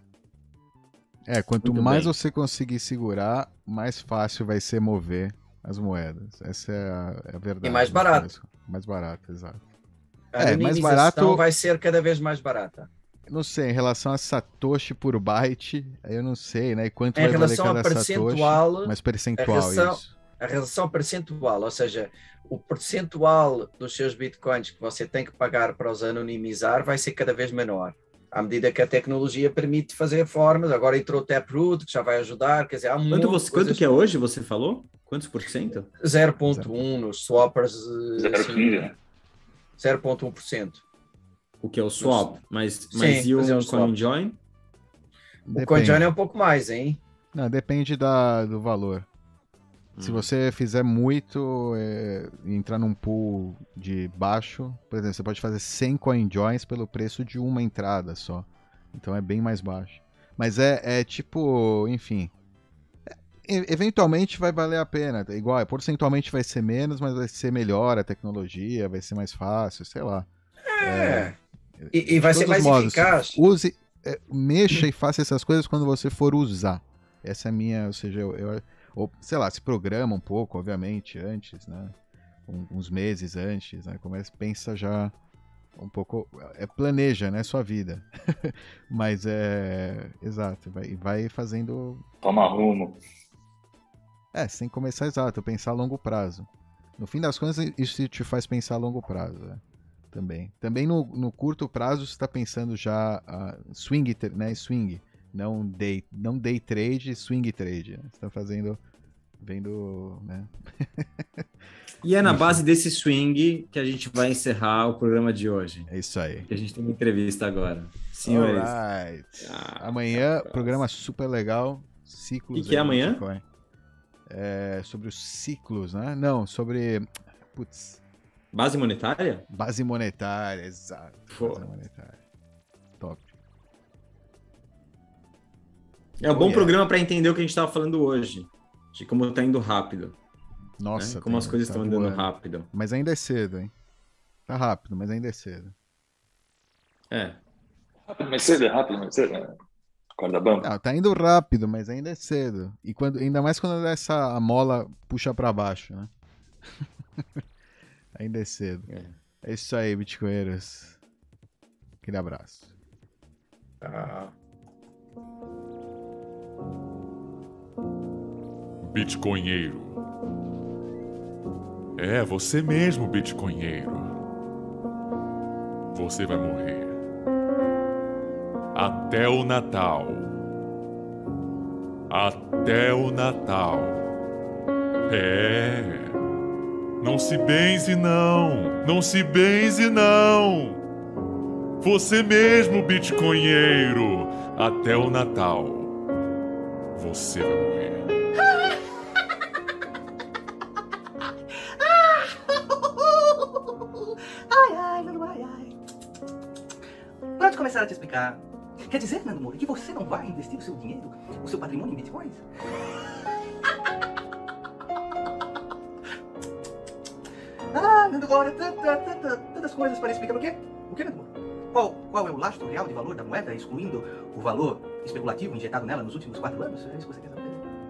É, quanto Muito mais bem. você conseguir segurar, mais fácil vai ser mover as moedas. Essa é a, é a verdade. E mais barato. Mais barato, exato. A É, mais anonimização barato- vai ser cada vez mais barata. Não sei, em relação a Satoshi por byte, aí eu não sei, né? E quanto Em vai valer relação cada a percentual, Satoshi, mas percentual, a relação- isso. A relação percentual, ou seja, o percentual dos seus bitcoins que você tem que pagar para os anonimizar vai ser cada vez menor. À medida que a tecnologia permite fazer formas, agora entrou o Taproot, que já vai ajudar, quer dizer, há um monte Quanto, de você, quanto coisas- que é hoje, você falou? Quantos por cento? zero vírgula um nos swappers, eh, zero vírgula quinze, né? zero vírgula um por cento. O que é o swap? Mas, Sim, mas e fazer o um swap. CoinJoin? O Depende. CoinJoin é um pouco mais, hein? Não, depende da, do valor. Se Hum. você fizer muito é, e entrar num pool de baixo, por exemplo, você pode fazer cem CoinJoins pelo preço de uma entrada só. Então é bem mais baixo. Mas é, é tipo, enfim... é- eventualmente vai valer a pena. Igual, porcentualmente vai ser menos, mas vai ser melhor a tecnologia, vai ser mais fácil, sei lá. É. E, e vai De ser todos mais os modos, eficaz. Use, é, mexa e faça essas coisas quando você for usar. Essa é a minha, ou seja, eu, eu- ou, sei lá, se programa um pouco, obviamente, antes, né? Um- uns meses antes, né? Começa, pensa já um pouco, é, planeja, né? Sua vida. Mas é, exato, vai, vai fazendo, Toma rumo. é, sem começar exato, pensar a longo prazo. No fim das contas, isso te faz pensar a longo prazo, né? Também. Também no, no curto prazo, você está pensando já uh, swing, tra- né? Swing, não day, não day trade, swing trade. Né? Você está fazendo, vendo, né? E é na Enfim. base desse swing que a gente vai encerrar o programa de hoje. É isso aí. Que a gente tem uma entrevista agora. Senhores, Alright. Ah, Amanhã, próximo. programa super legal. Ciclos. Que que é aí do amanhã? Bitcoin. É sobre os ciclos, né? Não, sobre. Putz. base monetária? Base monetária, exato. Pô. Base monetária. Top. É um Oh, bom yeah. programa para entender o que a gente estava falando hoje. De como tá indo rápido. Nossa, né? Como as tem- coisas tá estão andando voando. rápido. Mas ainda é cedo, hein? Tá rápido, mas ainda é cedo. É. Rápido, mais cedo, é rápido, mais cedo. né? Corda bamba. Não, tá indo rápido, mas ainda é cedo. E quando, ainda mais quando essa a mola puxa pra baixo, né? Ainda é cedo. É. É isso aí, bitcoinheiros. Aquele abraço. Ah. Bitcoinheiro. É, você mesmo, bitcoinheiro. Você vai morrer. Até o Natal. Até o Natal. É. Não se benze não. Não se benze não. Você mesmo, bitcoinheiro. Até o Natal. Você vai morrer. Ai, ai, Lulu, ai, ai. Pode começar a te explicar. Quer dizer, Nando Moura, que você não vai investir o seu dinheiro, o seu patrimônio em bitcoins? Ah, Nando Moura, tantas coisas para explicar o quê? O que, Nando Moura? Qual, qual é o lastro real de valor da moeda, excluindo o valor especulativo injetado nela nos últimos quatro anos? É isso que você quer saber?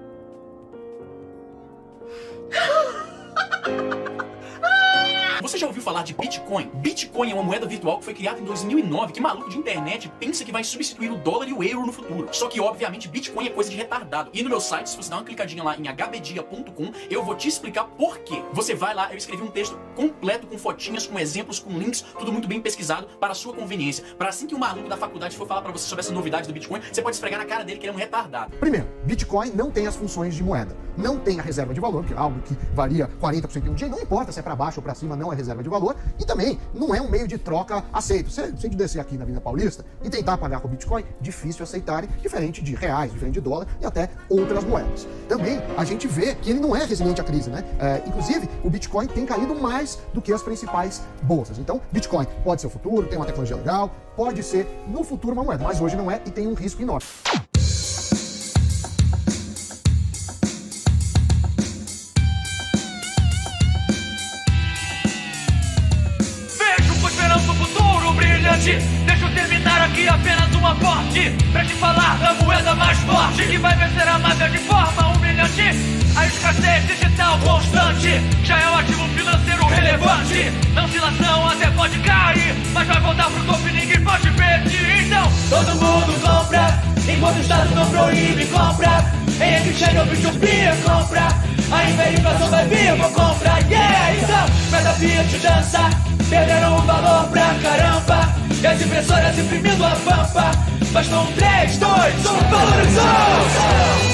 Você já ouviu falar de Bitcoin? Bitcoin é uma moeda virtual que foi criada em dois mil e nove. Que maluco de internet pensa que vai substituir o dólar e o euro no futuro? Só que, obviamente, Bitcoin é coisa de retardado. E no meu site, se você dar uma clicadinha lá em h b dia ponto com, eu vou te explicar por quê. Você vai lá, eu escrevi um texto completo com fotinhas, com exemplos, com links, tudo muito bem pesquisado para a sua conveniência. Para assim que o maluco da faculdade for falar para você sobre essa novidade do Bitcoin, você pode esfregar na cara dele que ele é um retardado. Primeiro, Bitcoin não tem as funções de moeda. Não tem a reserva de valor, que é algo que varia quarenta por cento em um dia. Não importa se é para baixo ou para cima, não é reserva de valor. E também não é um meio de troca aceito. Se a gente descer aqui na Avenida Paulista e tentar pagar com Bitcoin, difícil aceitarem, diferente de reais, diferente de dólar e até outras moedas. Também a gente vê que ele não é resiliente à crise, né? É, inclusive, o Bitcoin tem caído mais do que as principais bolsas. Então, Bitcoin pode ser o futuro, tem uma tecnologia legal, pode ser no futuro uma moeda, mas hoje não é e tem um risco enorme. Deixa eu terminar aqui apenas um aporte pra te falar da moeda mais forte que vai vencer a máfia de forma humilhante. A escassez digital constante já é um ativo financeiro relevante. Na oscilação até pode cair, mas vai voltar pro topo e ninguém pode pedir. Então todo mundo compra, enquanto o Estado não proíbe, compra. Em exchange ou P dois P, compra. A hiperinflação vai vir, vou comprar, yeah! Então, Meta Fiat dança, perderam o valor pra caramba. E as impressoras imprimindo a pampa. Bastou um três, dois, um, valorizou!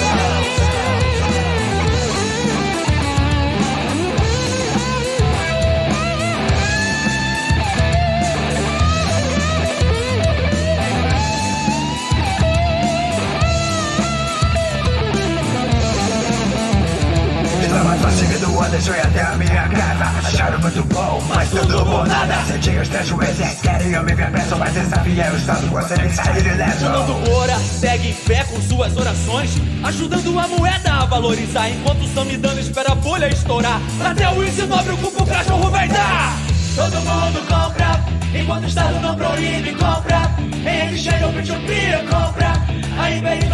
Deixou até a minha casa. Acharam muito bom, mas tudo por nada. Senti os trechos, exércitos querem eu me ver preso, mas desafia o Estado, você nem sai de leso. O Nando Moura segue em pé com suas orações, ajudando a moeda a valorizar, enquanto o Samidana espera a bolha estourar. Até o índice nobre o cupo cachorro vai dar. Todo mundo compra, enquanto o Estado não proíbe, compra. Em exchange ou P dois P, compra. A